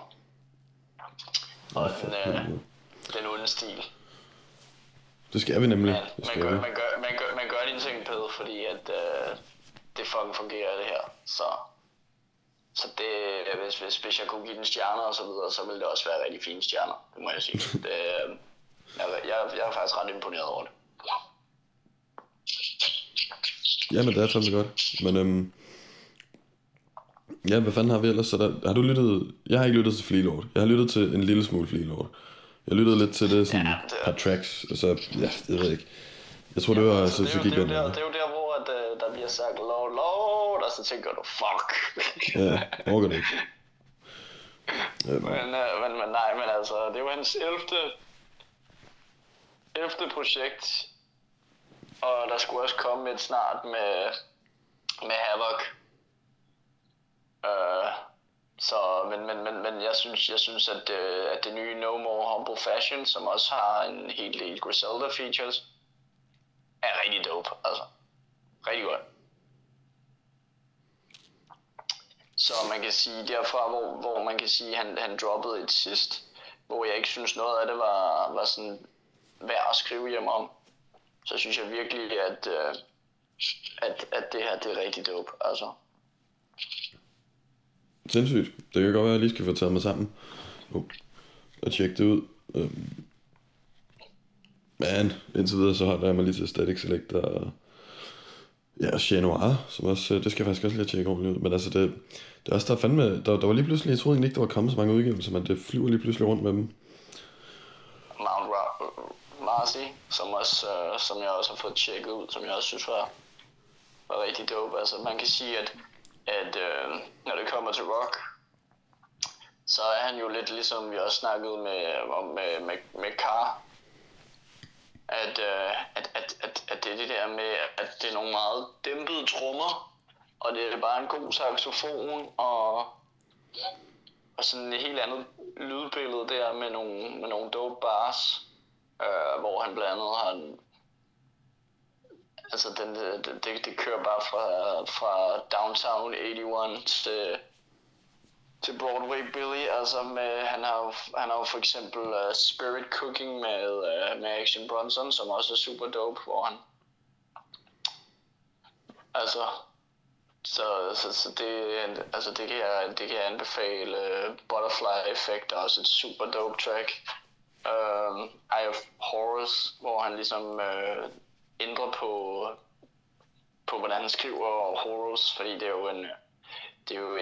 og den onde stil. Det skal vi nemlig. Man gør dine ting, Pede, fordi at det fucking fungerer det her. Så det, hvis jeg kunne give den stjerner og så videre, så ville det også være rigtig fine stjerner, det må jeg sige. Jeg er faktisk ret imponeret over det. Jamen det er fandme godt. Men ja, hvad fanden har vi ellers? Så har du lyttet? Jeg har ikke lyttet til Flea Lord. Jeg har lyttet til en lille smule Flea Lord. Jeg lyttede lidt til det, sådan par tracks, og så, ja, det ved jeg ikke. Jeg tror, det var, så gik det. Det er jo der, hvor der bliver sagt Lord, og så tænker du, fuck. Ja, overgår det ikke. Men nej, men altså, det var hans 11. projekt, og der skulle også komme et snart med Havoc. Så, men jeg synes at det nye No More Humble Fashion, som også har en hel del Griselda features, er rigtig dope, altså. Rigtig godt. Så man kan sige derfra, hvor man kan sige, han droppede et sidst, hvor jeg ikke synes noget af det var sådan værd at skrive hjem om, så synes jeg virkelig, at det her, det er rigtig dope, altså. Sindssygt. Det kan godt være, at jeg lige skal få taget mig sammen og tjekke det ud. Men indtil videre så holder jeg mig lige til Static Selector og ja, Chat Noir, som også, det skal jeg faktisk også lige tjekke ordentligt ud. Men altså det er også, der fandme, der var lige pludselig, jeg troede egentlig ikke, der var kommet så mange udgivelser, men det flyver lige pludselig rundt med dem. Mount Marcy, som jeg også har fået tjekket ud, som jeg også synes var rigtig dope. Altså man kan sige, at når det kommer til rock, så er han jo lidt ligesom vi også snakkede med Carr, at det er det der med, at det er nogle meget dæmpede trommer, og det er bare en god saxofon, og sådan et helt andet lydbillede der med nogle dope bars, hvor han blandt andet har altså det kører bare fra Downtown 81 til Broadway Billy, altså han har jo for eksempel Spirit Cooking med Action Bronson, som også er super dope, hvor han altså så det kan jeg anbefale. Butterfly Effect er også et super dope track. Eye of Horus, hvor han ligesom ændrer på hvordan han skriver Horus, fordi det er jo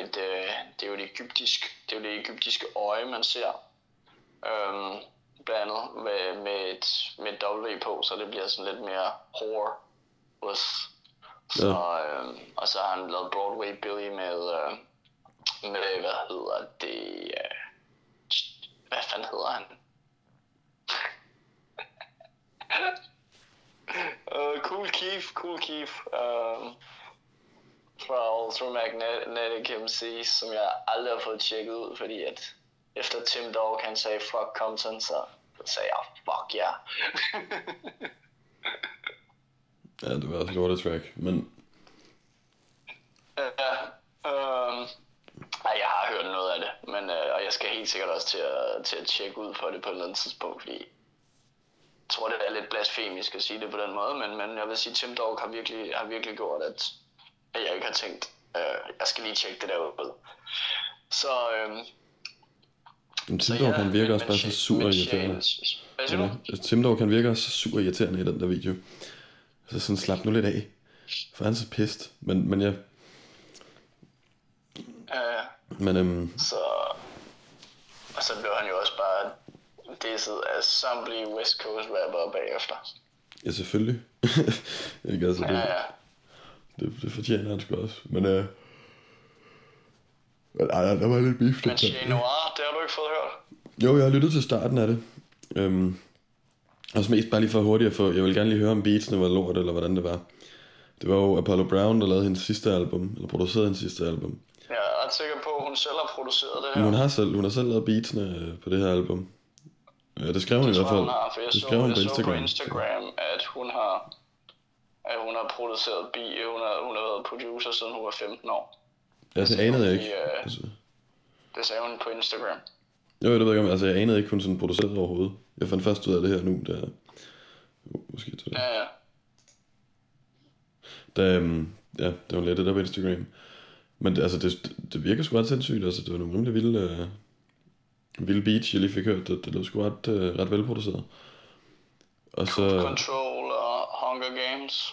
det egyptiske øje, man ser. Blandt andet med et W på, så det bliver sådan lidt mere Horus. Så, og så har han lavet Broadway Billy med hvad hedder det? Hvad fanden hedder han? Cool Keith fra Ultramagnetic MC, som jeg aldrig har fået tjekket ud, fordi at efter Tim Dog han sagde fuck Compton, så sagde jeg fuck ja. Ja, det var også et lortet track, men jeg har hørt noget af det, men og jeg skal helt sikkert også mig til at tjekke ud for det på et eller andet tidspunkt, fordi jeg tror, det er lidt blasfemisk at sige det på den måde, men jeg vil sige, Tim Dog har virkelig gjort, at jeg ikke har tænkt, jeg skal lige tjekke det der ud. Så Tim Dog han virker også bare så sur irriterende. Tim Dog kan virke også så sur irriterende i den der video. Så sådan slap nu lidt af. For han er så pissed. Men ja. Så og så blev han jo også bare disset af samtlige West Coast rapper bagefter. Ja, selvfølgelig. Ikke altså det. Ja. Det fortjener han sgu også. Men der var lidt beef. Men Che Noir, det har du ikke fået hørt? Jo, jeg har lyttet til starten af det. Også mest bare lige for hurtigt at få. Jeg vil gerne lige høre om beatsene var lort, eller hvordan det var. Det var jo Apollo Brown, der lavede hendes sidste album, eller producerede hendes sidste album. Jeg er ret sikker på, at hun selv har produceret det her. Hun har selv lavet beatsene på det her album. Ja, det skrev hun i hvert fald. Det skrev hun på Instagram, at hun har produceret hun har været producer siden hun var 15 år. Ja, det anede jeg ikke. Det sagde hun på Instagram. Jo, det ved jeg ikke, altså jeg anede ikke, hun sådan producerede overhovedet. Jeg fandt først ud af det her nu, der måske til det. Ja. Da hun lagde det der på Instagram. Men det virker sgu ret sindssygt, altså det var nogle rimelig vilde beats, jeg lige fik hørt. Det lød sgu ret velproduceret. Og så Control og Hunger Games.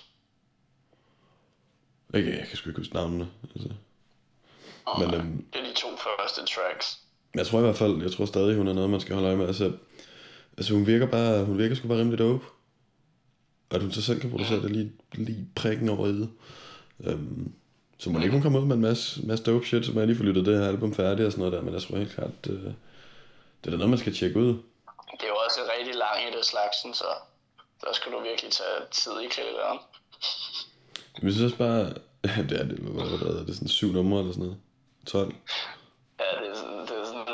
Jeg kan sgu ikke huske navnene, altså. Men det er de 2 første tracks. Jeg tror stadig hun er noget man skal holde øje med. Altså hun virker sgu bare rimelig dope. Og at hun så selv kan producere det lige prikken over i det. Så må ikke hun komme ud med en masse dope shit, så må jeg lige få lyttet det her album færdigt og sådan noget der. Men jeg tror helt klart, det er da noget man skal tjekke ud. Det er jo også rigtig langt i det slagsen, så der skal du virkelig tage tid i kælderen. Men jeg synes også bare, det er sådan 7 numre eller sådan noget. 12. Ja, det er sådan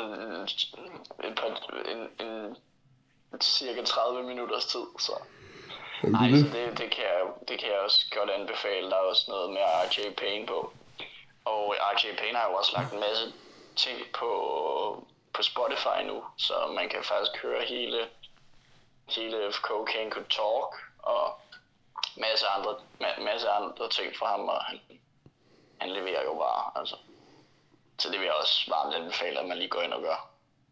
en cirka 30 minutters tid, så. Nej, så det kan jeg også godt anbefale. Der er også noget med RJ Payne på. Og RJ Payne har jo også lagt en masse ting på Spotify nu, så man kan faktisk høre hele Cocaine Could Talk og masse andre ting fra ham, og han leverer jo bare, altså. Så det vil jeg også varmt anbefale, at man lige går ind og gør.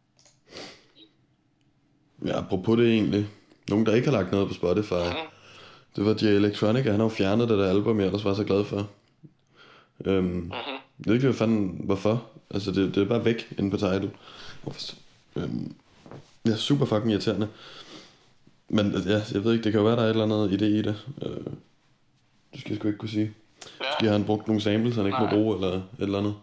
Ja, apropos det egentlig. Nogen, der ikke har lagt noget på Spotify. Det var Jay Electronica. Han har jo fjernet det der album, jeg ellers var så glad for. Jeg ved ikke, hvorfor. Altså, det er bare væk inde på Tidal. Ja, super fucking irriterende. Men ja, jeg ved ikke, det kan jo være, der er et eller andet idé i det. Det skal jeg sgu ikke kunne sige. Måske har han brugt nogle samples, han ikke må bruge, eller et eller andet.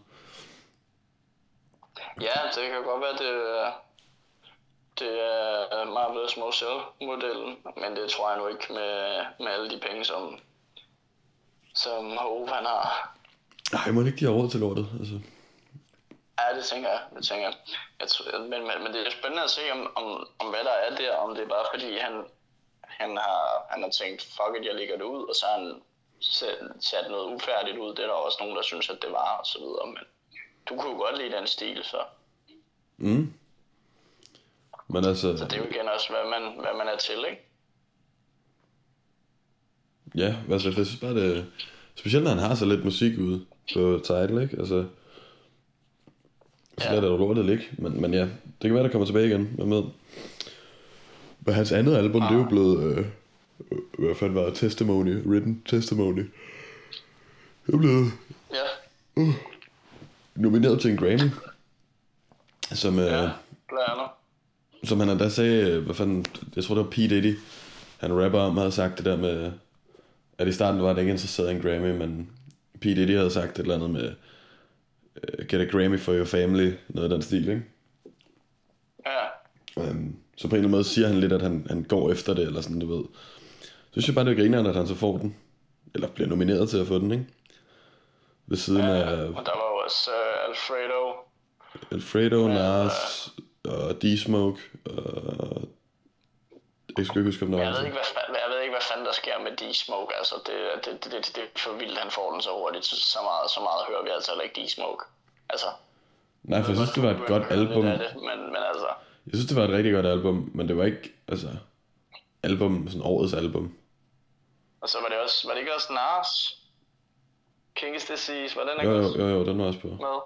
Ja, det kan godt være, det er Marvelous Motel-modellen, men det tror jeg nu ikke med alle de penge, som Hove han har. Nej, må ikke de have råd til lortet, altså. Ja, det tænker jeg. Men det er spændende at se, om hvad der er der, om det er bare fordi, han har tænkt, fuck it, jeg lægger det ud, og så har han sat noget ufærdigt ud. Det er der også nogen, der synes, at det var, og så videre, men du kunne godt lide den stil, så. Men altså. Så det er jo igen også, hvad man er til, ikke? Ja, altså jeg synes bare det. Specielt når han har så lidt musik ude på Tidal, ikke? Altså. Så lader det jo lortet ligge. Men ja, det kan være, der kommer tilbage igen. Hvad med? Men hans andet album, det er jo blevet. Hvad fanden var det? Testimony. Written Testimony. Det er blevet. Ja. Nomineret til en Grammy. Som han endda sagde, hvad fanden, jeg tror det var P. Diddy, han rapper om, havde sagt det der med, at i starten var det ikke interesseret i en Grammy, men P. Diddy havde sagt et eller andet med, get a Grammy for your family, noget af den stil, ikke? Ja. Så på en eller anden måde siger han lidt, at han går efter det, eller sådan, du ved. Så synes jeg bare, det er grineren, at han så får den, eller bliver nomineret til at få den, ikke? Ved siden af. Og der var også Alfredo, Nas og D-Smoke og jeg skal ikke huske om der var. Jeg ved ikke hvad fanden der sker med D-Smoke. Altså det er for vildt, han får den så hurtigt. Så meget hører vi altså ikke D-Smoke. Altså. Nej, for jeg synes det var et godt album. Men altså. Jeg synes, det var et rigtig godt album, men det var ikke, altså, sådan årets album. Og så var det ikke også Nas? King's Disease, var den ikke Jo, den var også på. Med.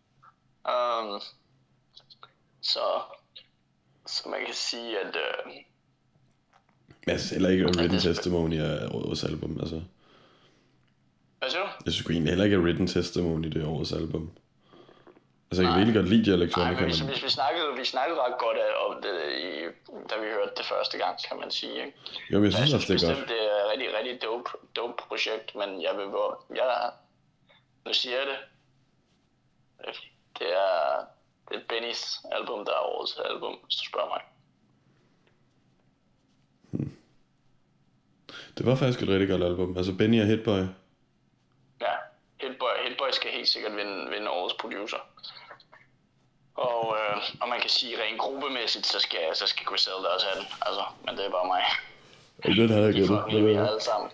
Så man kan sige, at... jeg synes heller ikke, at Written Testimony er årets album, altså. Hvad siger du? Jeg synes egentlig heller ikke, at Written Testimony det er årets album. Altså, jeg kan virkelig godt lide Electronica. Nej, men vi snakkede ret godt om det, da vi hørte det første gang, kan man sige, ikke? Jo, men jeg synes også, det er godt. Det er et rigtig, rigtig dope projekt, men nu siger jeg det. Det er Bennys album, der er årets album, hvis du spørger mig. Det var faktisk et rigtig godt album. Altså Benny og Hitboy. Ja, Hitboy skal helt sikkert vinde årets producer. Og man kan sige rent gruppemæssigt, så skal Griselda også have den. Altså, men det er bare mig. Den havde jeg gættet. De er alle sammen.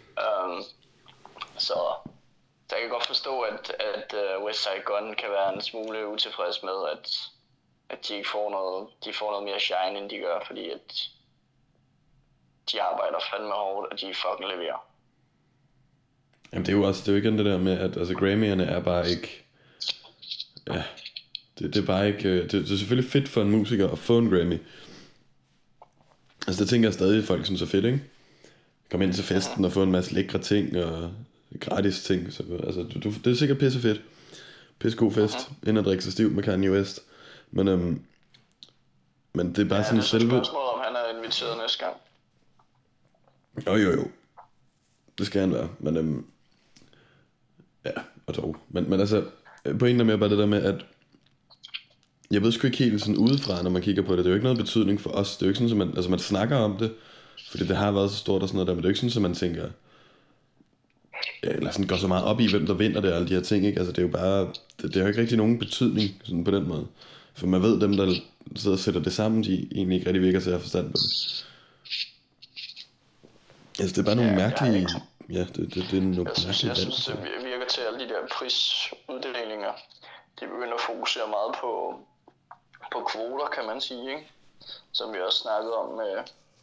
Så jeg kan godt forstå, at Westside Gunn kan være en smule utilfreds med, at de ikke får noget mere shine, end de gør, fordi at de arbejder fandme hårdt, og de fucking leverer. Jamen det er jo igen det der med, at altså Grammy'erne er bare ikke... Ja, det er bare ikke... Det er selvfølgelig fedt for en musiker at få en Grammy. Altså det tænker jeg stadig, at folk synes er fedt, ikke? Komme ind til festen og få en masse lækre ting og gratis ting. Så, altså det er sikkert pisse fedt. Pisse god fest. Ind og drikke sig stiv med Kanye West. Men det er bare sådan selve... det er et spørgsmål, om han er inviteret næste gang. Jo. Det skal han være. Men ja, og dog. Men altså, pointen er mere bare det der med, at jeg ved sgu ikke helt sådan udefra, når man kigger på det. Det er jo ikke noget betydning for os. Det er jo ikke sådan, at man snakker om det, fordi det har været så stort og sådan noget der, men det er jo ikke sådan, at man tænker, eller sådan går så meget op i, hvem der vinder det og alle de her ting, ikke? Altså det er jo bare, det har jo ikke rigtig nogen betydning sådan på den måde. For man ved, dem der sidder og sætter det sammen, de egentlig ikke rigtig virker til at have forstand på det. Altså det er bare nogle mærkelige... Ja, det er nogle jeg synes, det virker til, at alle de der prisuddelinger, de begynder at fokusere meget på kvoter, kan man sige, ikke? Som vi også snakkede om med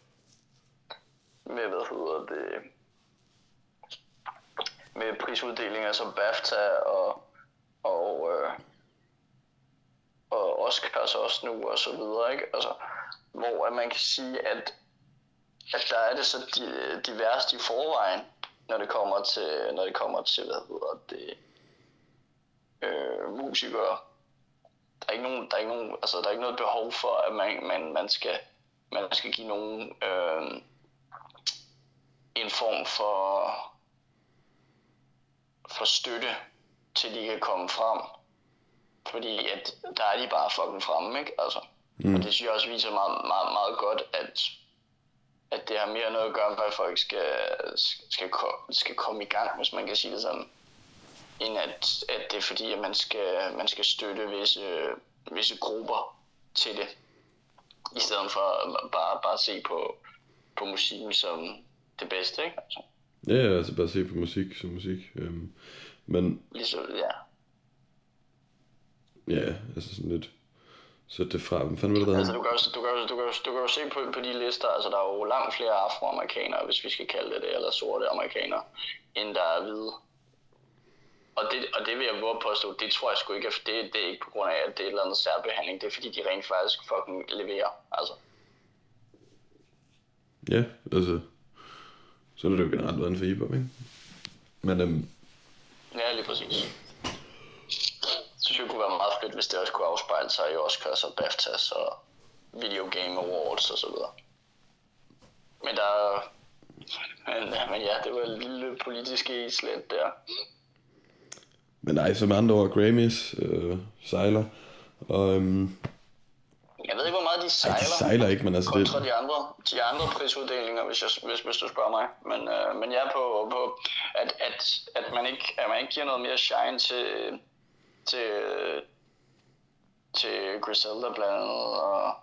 med prisuddelinger som BAFTA og Oscars også nu og så videre, ikke? Altså, hvor man kan sige, at der er det så diverst i forvejen, når det kommer til musikere. Der er ikke noget behov for, at man skal give nogen en form for støtte til de kan komme frem, fordi at der er de bare fucking fremme, ikke? Altså. Og det synes jeg også viser meget, meget, meget godt, at det har mere noget at gøre med, at folk skal komme i gang, hvis man kan sige det sådan, end at det er fordi, at man skal støtte visse grupper til det, i stedet for bare at se på musikken som det bedste, ikke? Altså. Ja, altså bare se på musik som musik. Men... Ligesom, ja. Ja, altså sådan lidt... Så det fra, hvad fanden vil det altså, du kan jo se på de lister, altså der er jo langt flere afroamerikanere, hvis vi skal kalde det, eller sorte amerikanere, end der er hvide. Og det vil jeg våge påstå, det tror jeg sgu ikke, det er ikke på grund af, at det er et eller andet særbehandling, det er fordi de rent faktisk fucking leverer, altså. Ja, altså, så er det jo generelt været en for hiphop, ikke? Men ja, lige præcis. Jeg synes, det kunne være meget fedt, hvis det også kunne afspejle sig i Oscars og BAFTAs og Video Game Awards og så videre. Men men ja, det var et lille politisk islet der. Men nej, som andre ord, Grammys sejler. Og jeg ved ikke, hvor meget de sejler. De sejler ikke, men altså kontra de andre prisuddelinger, hvis du spørger mig. Men jeg er på at man ikke giver noget mere shine til Griselda blandt andet, og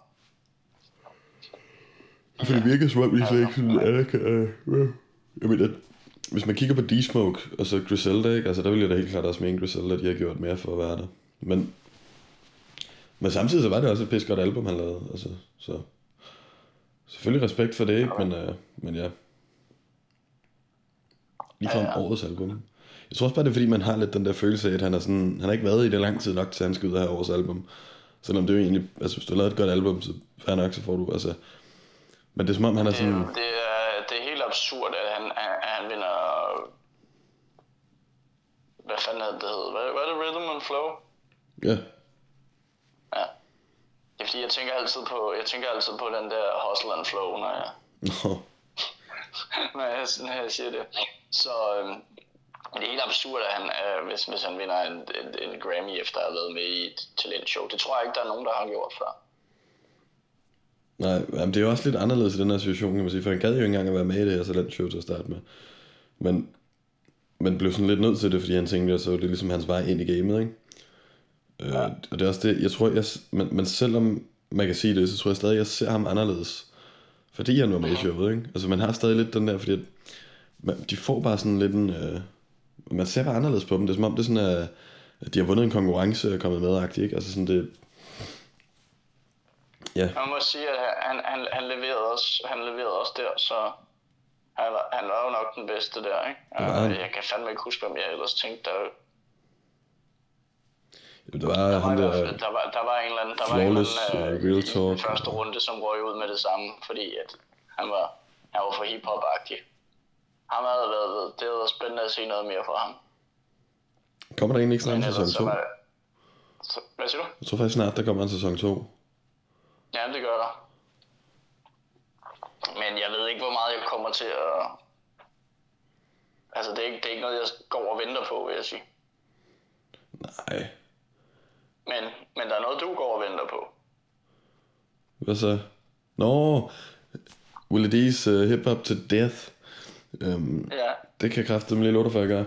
for det virker som om, vi slet ikke sådan jeg mener, hvis man kigger på D-Smoke og så Griselda, ikke? Altså der vil jeg da helt klart også mene Griselda, de har gjort mere for at være der. Men Men samtidig så var det også et pisse godt album, han lavede. Altså, så selvfølgelig respekt for det, ikke? Men ja. Ligefrem årets album. Jeg tror også bare, det er fordi, man har lidt den der følelse af, at han har ikke været i det lang tid nok, til han skal ud af her årets album. Selvom det er jo egentlig, altså hvis du har lavet et godt album, så fair nok, så får du, altså. Men det er som om, han er sådan... Det er helt absurd, at han vinder... Hvad fanden er det hedder? Hvad er det? Rhythm and Flow? Ja. Ja. Det er fordi, jeg tænker altid på den der Hustle and Flow, når jeg siger det. Så det er helt absurd, at han, hvis han vinder en Grammy efter at have været med i et talentshow. Det tror jeg ikke, der er nogen, der har gjort før. Nej, men det er jo også lidt anderledes i den her situation, kan man sige. For han gad jo ikke engang at være med i det her talentshow til at starte med. Men blev sådan lidt nødt til det, fordi han tænkte, at så det er ligesom hans vej ind i gamet, ikke? Ja. Og det er også det, jeg tror, men selvom man kan sige det, så tror jeg stadig, jeg ser ham anderledes. Fordi han var med i showet, ikke? Altså man har stadig lidt den der, fordi at de får bare sådan lidt en... man ser bare anderledes på dem. Det er som om det er sådan, at de har vundet en konkurrence og kommet med-agtigt, ikke? Altså sådan det... Ja. Man må sige, at han leverede også der, så... Han var jo nok den bedste der, ikke? Jeg kan fandme ikke huske, hvem jeg ellers tænkte, der var han der... Der var en eller anden... Flawless, Real Talk... I første runde, som røg ud med det samme, fordi at han var for hip-hop-agtig. Det havde været spændende at se noget mere fra ham. Kommer der egentlig ikke snart en sæson 2? Hvad siger du? Jeg tror faktisk snart, der kommer en sæson 2. Ja, det gør der. Men jeg ved ikke, hvor meget jeg kommer til at... Altså, det er ikke noget, jeg går og venter på, vil jeg sige. Nej. Men der er noget, du går og venter på. Hvad så? Nå, Willie D's Hip Hop to Death. Ja. Det kan kraftedeme lige låte for at gøre.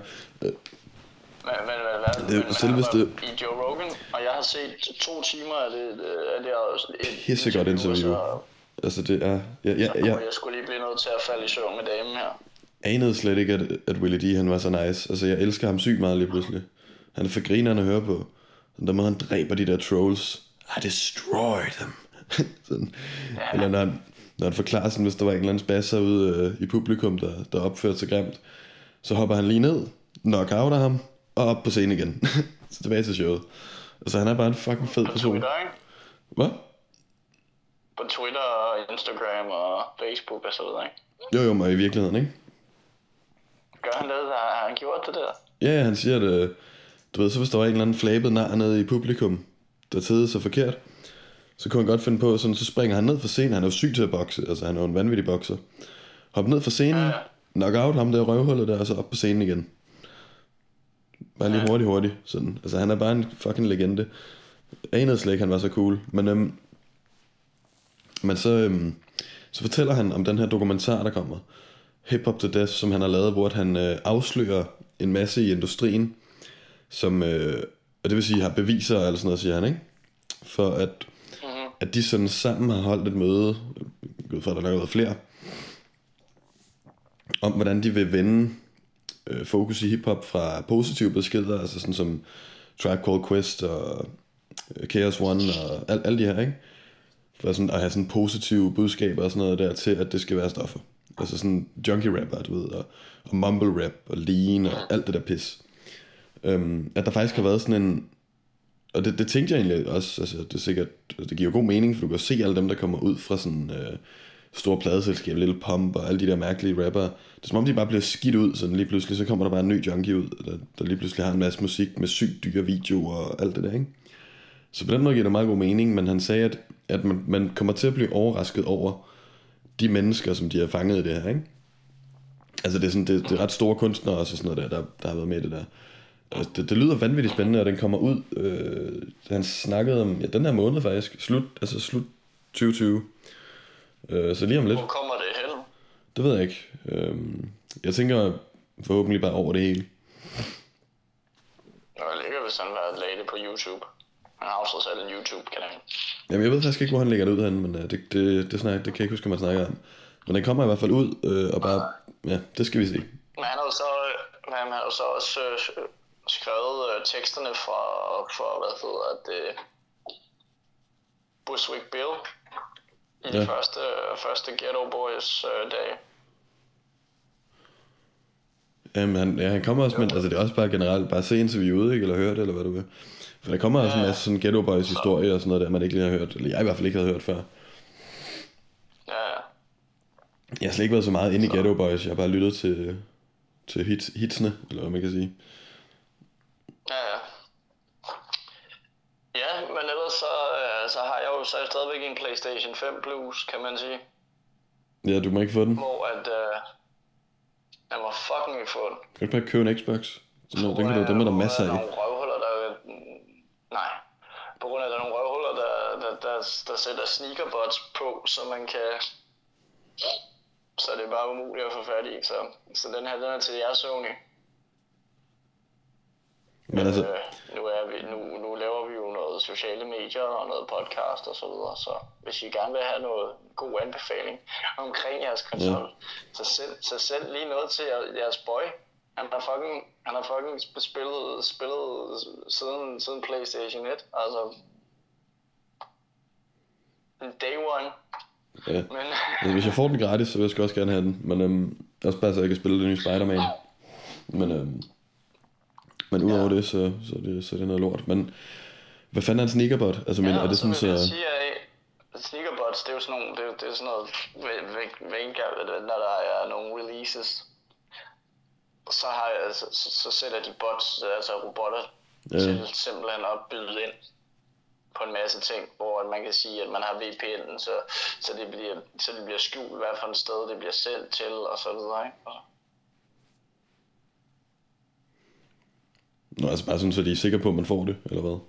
Det er selveste... I Joe Rogan, og jeg har set 2 timer af det også et pissegodt interview. Altså det er... Jeg skulle lige blive nødt til at falde i søvn med damen her. Anede slet ikke, at Willie D, han var så nice. Altså jeg elsker ham sygt meget lige pludselig. Han er for grineren at høre på. Der måde han dræber de der trolls. I destroy them. Sådan. Ja. Eller når han forklarer sådan, hvis der var en eller anden spasser ude i publikum, der opførte sig grimt, så hopper han lige ned, knockouter ham, og op på scenen igen. Så tilbage til showet. Altså han er bare en fucking fed person. På Twitter, ikke? Hvad? På Twitter og Instagram og Facebook og så videre, ikke? Jo, men i virkeligheden, ikke? Gør han det? Har han gjort det der? Ja, han siger det. Du ved, så hvis der var en eller anden flabet nar nede i publikum, der tædede så forkert, så kunne han godt finde på, sådan, så springer han ned fra scenen. Han er jo syg til at bokse, altså han er jo en vanvittig bokser. Hop ned fra scenen, knockout ham der røvhullet der, og så op på scenen igen. Bare lige hurtigt, sådan. Altså han er bare en fucking legende. Anede slet ikke, han var så cool. Men så fortæller han om den her dokumentar, der kommer. Hip Hop to Death, som han har lavet, hvor han afslører en masse i industrien, som, og det vil sige, har beviser eller sådan noget, siger han, ikke? For at de sådan sammen har holdt et møde, ud fra at der nok har været flere, om hvordan de vil vende fokus i hiphop fra positive beskeder, altså sådan som Tribe Called Quest og Chaos One og alle de her, ikke? For sådan at have sådan positive budskaber og sådan noget der, til at det skal være stoffer. Altså sådan junkie rapper, du ved, og mumble rap og lean og alt det der pis. At der faktisk har været sådan en, og det tænkte jeg egentlig også, altså det er sikkert, det giver jo god mening, for du kan se alle dem, der kommer ud fra sådan store pladeselskaber, Lil Pump og alle de der mærkelige rapper. Det er som om de bare bliver skidt ud, sådan lige pludselig, så kommer der bare en ny junkie ud, der lige pludselig har en masse musik med sygt dyre videoer og alt det der, ikke? Så på den måde giver det meget god mening, men han sagde, at man kommer til at blive overrasket over de mennesker, som de har fanget i det her, ikke? Altså det er sådan, det er ret store kunstnere også og sådan noget der har været med i det der. Altså, det lyder vanvittigt spændende, og den kommer ud, han snakkede om, den her måned faktisk, slut 2020. Så lige om lidt. Hvor kommer det hen? Det ved jeg ikke. Jeg tænker forhåbentlig bare over det hele. Det var lækkert, hvis han var lagde det på YouTube. Han har også selv en YouTube-kanal. Jamen jeg ved faktisk ikke, hvor han lægger det ud hen, men det kan jeg ikke huske, hvad man snakker om. Men den kommer i hvert fald ud, og bare, ja, det skal vi se. Men han har jo så også skrevet teksterne for hvad hedder det, Bushwick Bill i de første Ghetto Boys dage. Jamen, han kommer også med, altså det er også bare generelt, bare se interviewet, ikke, eller høre det, eller hvad du vil. For der kommer også en masse sådan Ghetto Boys historie og sådan noget der, man ikke lige har hørt, eller jeg i hvert fald ikke havde hørt før. Ja. Jeg har slet ikke været så meget inde i Ghetto Boys, jeg har bare lyttet til hitsene, eller hvad man kan sige. Ja. Ja, men ellers så har jeg jo stadigvæk en PlayStation 5 Blues, kan man sige. Ja, du må ikke få den. Hvor at jeg må fucking ikke få den. Kan du bare købe en Xbox? Den kan du, dem er der masser af. Nogle røvhuller, nej. På grund af, at der er nogle røvhuller, der sætter sneakerbots på, så man kan... Så det er bare umuligt at få fat i. Så den her, den er til jer, Sony. Men altså... Nu laver vi jo noget sociale medier og noget podcast og så videre, så hvis I gerne vil have noget god anbefaling omkring jeres konsol, så send lige noget til jeres boy. Han har fucking spillet siden PlayStation 1, altså day one. Ja. Men altså, hvis jeg får den gratis, så vil jeg sgu også gerne have den, men også bare så jeg kan spille det nye Spider-Man. Men udover det, så er det noget lort. Men hvad fanden er en sneakerbot? Altså, men er det sådan, så... Sneakerbots, det er jo sådan nogle, det er sådan noget, når der er nogle releases, så sætter de bots, altså robotter, til simpelthen at byde ind på en masse ting, hvor man kan sige, at man har VPN'en, så det bliver skjult, hvad for et sted det bliver sendt til, og så videre, ikke? Nå, altså bare sådan, så de er sikre på, at man får det, eller hvad?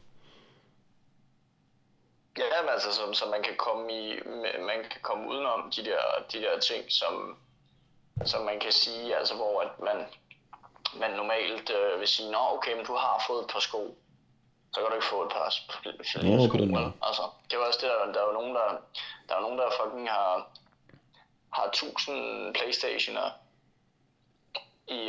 Ja, men altså, så man kan komme udenom de der ting, som man kan sige, altså hvor at man normalt vil sige, nå okay, men du har fået et par sko, så kan du ikke få et par sko. Altså, det var også det, der er nogen, der fucking har 1000 PlayStationer i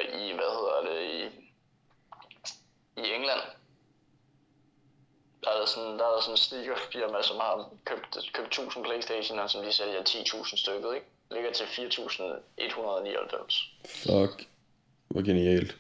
i England. Der er sådan en sneakerfirma, som har købt 1000 PlayStationer, som de sælger 10.000 stykket, ikke? Ligger til 4.199. Fuck. Hvor genialt.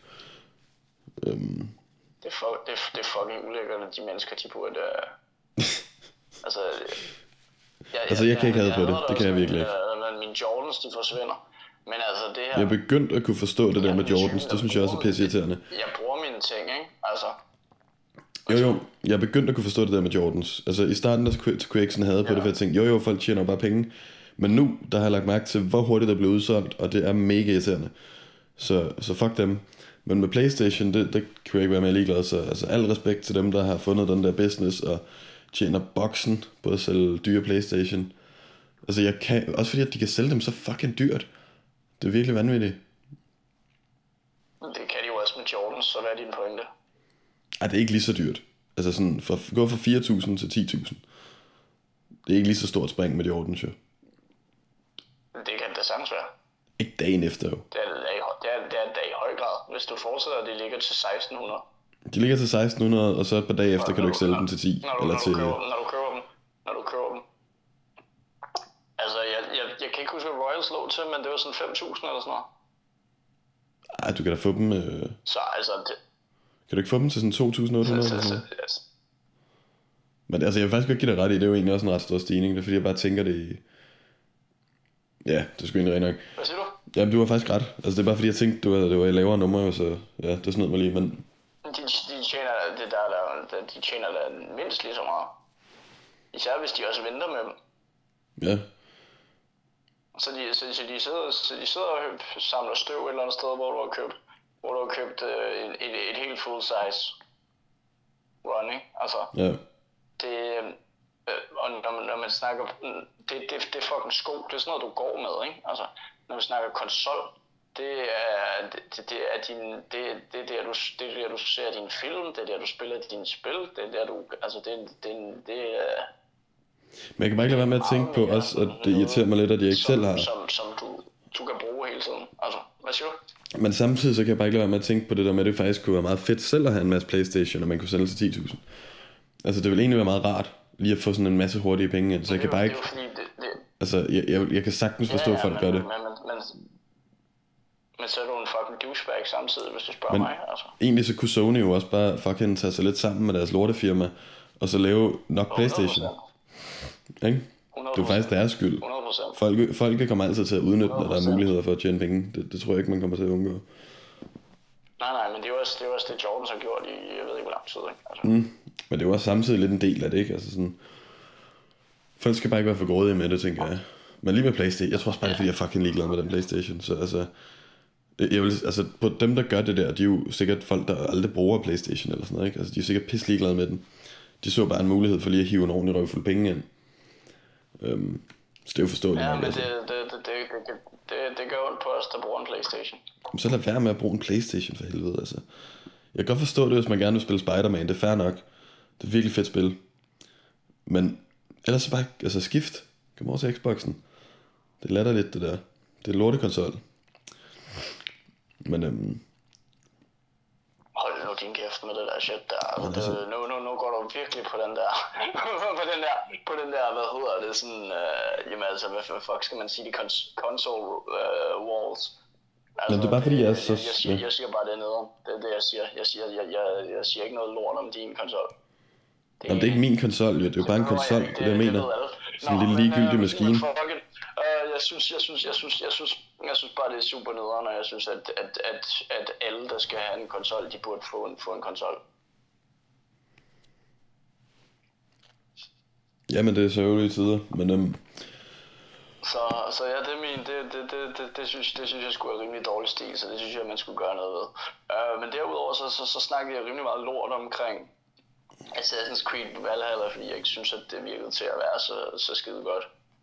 Det er fucking ulækkert, at de mennesker, de burde... altså... jeg kan ikke have på det. Det kan jeg virkelig ikke. Men mine Jordans, de forsvinder. Men altså det her... Jeg er begyndt at kunne forstå det der med Jordans. Det synes jeg også er pisseirriterende. Jeg bruger mine ting, ikke? Altså... Jo, jeg er begyndt at kunne forstå det der med Jordans. Altså i starten der kunne jeg ikke sådan have på det, for jeg tænkte, jo, folk tjener bare penge. Men nu, der har jeg lagt mærke til, hvor hurtigt det blev udsolgt, og det er mega irriterende. Så fuck dem. Men med PlayStation, det kan jeg ikke være mere ligeglad. Så altså al respekt til dem, der har fundet den der business og tjener boksen på at sælge dyre PlayStation. Altså jeg kan, også fordi at de kan sælge dem så fucking dyrt. Det er virkelig vanvittigt. Det kan de jo også med Jordans, så hvad er din pointe? Ej, det er ikke lige så dyrt. Altså sådan, gå fra 4.000 til 10.000. Det er ikke lige så stort spring med Jordans, jo. Det kan det sagtens være. Ikke dagen efter, jo. Det er da i høj grad. Hvis du fortsætter, det ligger til 1.600. De ligger til 1.600, og så et par dage efter kan du ikke sælge dem til 10. Når du køber dem. Altså, jeg kan ikke huske, hvad Royals lå til, men det var sådan 5.000 eller sådan noget. Ej, du kan da få dem... Så altså... Kan du ikke få dem til sådan 2.800 eller sådan noget? Men altså, jeg vil faktisk godt give dig ret i, det er jo egentlig også en ret stor stigning. Det er fordi, jeg bare tænker det i... Ja, det er sgu egentlig rent nok. Hvad siger du? Jamen, du har faktisk ret. Altså, det er bare fordi, jeg tænkte, det var i lavere nummer, så ja, det snød mig lige, men... De tjener da mindst lige så meget. Især hvis de også venter med dem. Ja. Så de sidder og samler støv et eller andet sted, hvor du har købt et helt full size run, ikke? Altså, ja. Det, og når man snakker, det er fucking sko, det er sådan noget, du går med, ikke? Altså, når vi snakker konsol, det er der du ser din film, det er der du spiller dine spil, det er der du, altså det er... Men jeg kan bare ikke lade være med at tænke på også, at det irriterer mig lidt, at jeg ikke selv har... Som du kan bruge hele tiden. Altså, hvad siger du? Men samtidig så kan jeg bare ikke lade være med at tænke på det der med, at det faktisk kunne være meget fedt selv at have en masse PlayStation, og man kunne sælge til 10.000. Altså det ville egentlig være meget rart. lige at få sådan en masse hurtige penge ind, så jeg kan bare ikke... Altså, jeg kan sagtens forstå, at folk gør det. Men så er du en fucking douchebag samtidig, hvis du spørger mig, altså. Egentlig så kunne Sony jo også bare fucking tage sig lidt sammen med deres lortefirma, og så lave nok PlayStation. 100%. Ikke? Det er faktisk deres skyld. 100%. Folk kommer altid til at udnytte, når der er muligheder for at tjene penge. Det tror jeg ikke, man kommer til at undgå. Nej, men det er også det Jordan har gjort i, jeg ved ikke hvor lang tid, ikke? Altså. Men det er jo også samtidig lidt en del af det, ikke? Altså sådan... Folk skal bare ikke være for grådige med det, tænker jeg. Men lige med PlayStation, jeg tror også bare, det er fordi, jeg er fucking ligeglad med den PlayStation. Så altså... på dem, der gør det der, de er jo sikkert folk, der aldrig bruger PlayStation eller sådan noget, ikke? Altså, de er sikkert pisse ligeglade med den. De så bare en mulighed for lige at hive en ordentlig røvfuld penge ind. Så det er jo forståeligt. Ja, men altså. det gør ondt på os, der bruger en PlayStation. Så lad være med at bruge en PlayStation for helvede, altså. Jeg kan godt forstå det, hvis man gerne vil spille Spider-Man, det er fair nok. Det er virkelig fedt spil. Men ellers så bare, altså skift. Kom over til Xboxen. Det er latterligt det der. Det er lortekonsol. Men hold nu din kæft med det der shit der. Altså, nu går du virkelig på den der på den der, hvad hedder det, sådan, jamen altså, hvad fuck skal man sige, de console walls. Altså, men det er bare fordi, jeg siger bare det nedom. Det er det, jeg siger. Jeg siger ikke noget lort om din konsol. Jamen, det er ikke min konsol, jo. Det er jo bare en konsol, det jeg mener. Sådan en lille ligegyldig maskine. Jeg synes bare, det er super nederen, og jeg synes, at alle, der skal have en konsol, de burde få en konsol. Jamen, det er sørgelige tider, men... Så ja, det synes jeg skulle være rimelig dårlig stil, så det synes jeg, man skulle gøre noget ved. Men derudover, så snakker jeg rimelig meget lort omkring Assassin's Creed Valhalla, fordi jeg ikke synes, at det virkede til at være så skide godt.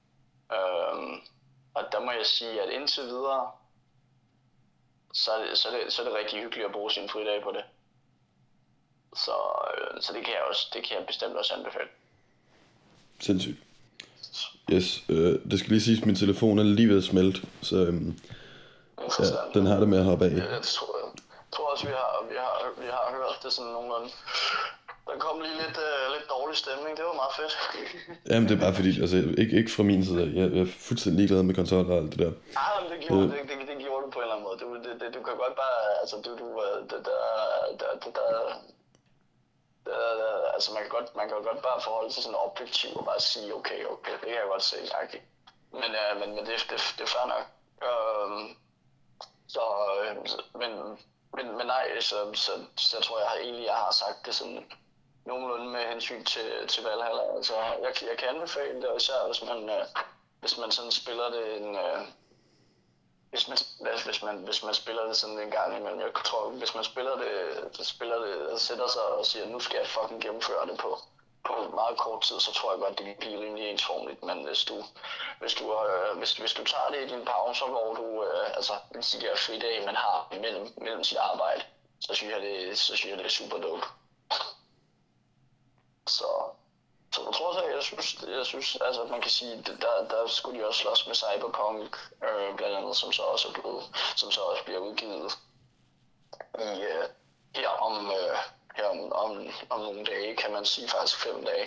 Og der må jeg sige, at indtil videre, så er det rigtig hyggeligt at bruge sin fridag på det. Så det kan jeg bestemt også anbefale. Sindssygt. Yes, det skal lige siges, at min telefon er lige ved at smelte, så ja, den har det med at hoppe af. Jeg tror også, vi har hørt det sådan nogenlunde. Der kom lige lidt dårlig stemning, det var meget fedt. Jamen det er bare fordi, altså ikke fra min side, jeg er fuldstændig ligeglad med konsoller og alt det der. Men det gjorde du på en eller anden måde. Du kan godt bare, altså altså man kan godt bare forholde sig sådan objektivt og bare sige, okay, det kan jeg godt se, okay. Men det er fair nok. Men nej, så tror jeg har sagt det sådan nogenlunde med hensyn til Valhalla. Altså, jeg kan anbefale det, især hvis man sådan spiller det hvis man spiller det sådan en gang imellem. Jeg tror, hvis man spiller det og sætter sig og siger, nu skal jeg fucking gennemføre det på meget kort tid, så tror jeg godt, det kan blive rimelig ensformligt. Men hvis du tager det i dine pauser, hvor du, altså de der fridage, man har mellem sit arbejde, så synes jeg, det er super dope. Så på trods af, jeg synes, altså man kan sige, der skulle de også slås med Cyberpunk, blandt andet, som så også bliver udgivet om nogle dage, kan man sige, faktisk 5 dage.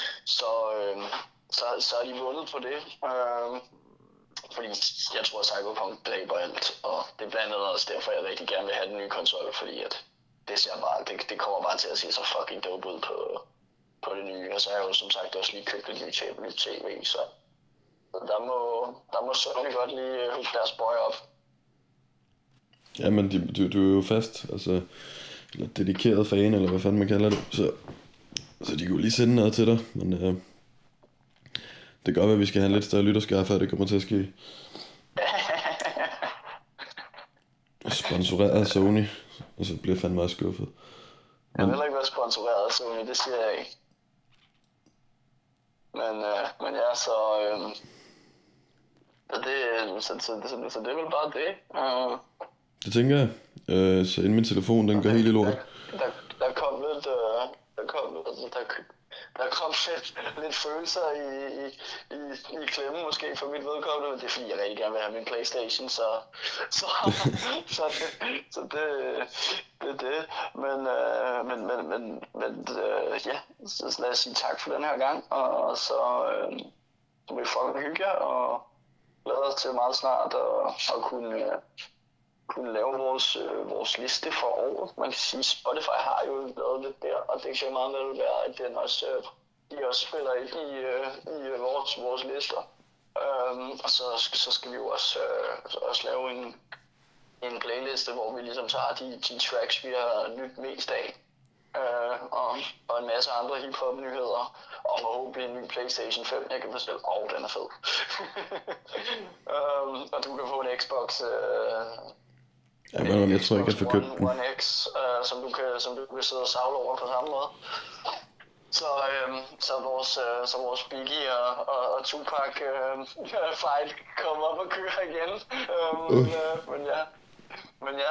Så er de vundet på det, fordi jeg tror, at Cyberpunk dræber alt, og det er blandt andet også derfor, jeg rigtig gerne vil have den nye konsol, fordi at det kommer bare til at se så fucking dope ud på det nye, og så har jeg jo som sagt også lige købt et nyt tv, så der må Sony godt lige hugge deres bøj op. Jamen, du er jo fast, altså, eller dedikeret fan, eller hvad fanden man kalder det, så de kunne lige sende noget til dig, men det kan godt være, at vi skal have en lidt større lytterskare, før det kommer til at ske. Sponsoreret af Sony, og så bliver jeg fandme også skuffet. Jeg vil heller ikke være sponsoreret af Sony, det siger jeg ikke. Men ja, så det er vel bare det. Det tænker jeg. Så inden min telefon, den går helt i lort. Der kom lidt, der kom lidt følelser i klemme måske for mit vedkommende, men det er fordi, jeg rigtig gerne vil have min PlayStation, så det. Men ja, så lad os sige tak for den her gang, og så vil vi fucking hygge jer, og glæder os til meget snart at kunne lave vores liste for året. Man kan sige, Spotify har jo lavet lidt der, og det kan meget vel være, at den også, de også spiller ind i vores lister. Og så skal vi jo også lave en playliste, hvor vi ligesom tager de tracks, vi har lyttet mest af. Og en masse andre hiphop-nyheder, og forhåbentlig en ny PlayStation 5, jeg kan forstå, den er fed. Og du kan få en Xbox, ja, men jeg tror ikke, jeg får købt den. One X, som du kan sidde og savle over på samme måde. Så vores Biggie og Tupac fight kommer op og kører igen. Men ja,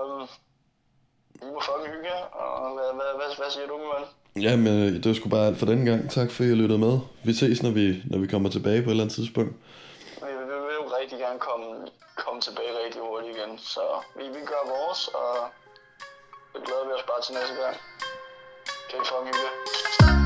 I må fucking hygge jer, og hvad siger du, Møn? Jamen, det var sgu bare alt for denne gang. Tak fordi I lyttede med. Vi ses, når vi kommer tilbage på et eller andet tidspunkt. Vi vil jo rigtig gerne komme tilbage rigtig hurtigt igen, så vi gør vores, og det glæder vi os bare til næste gang. Kan I fucking hygge?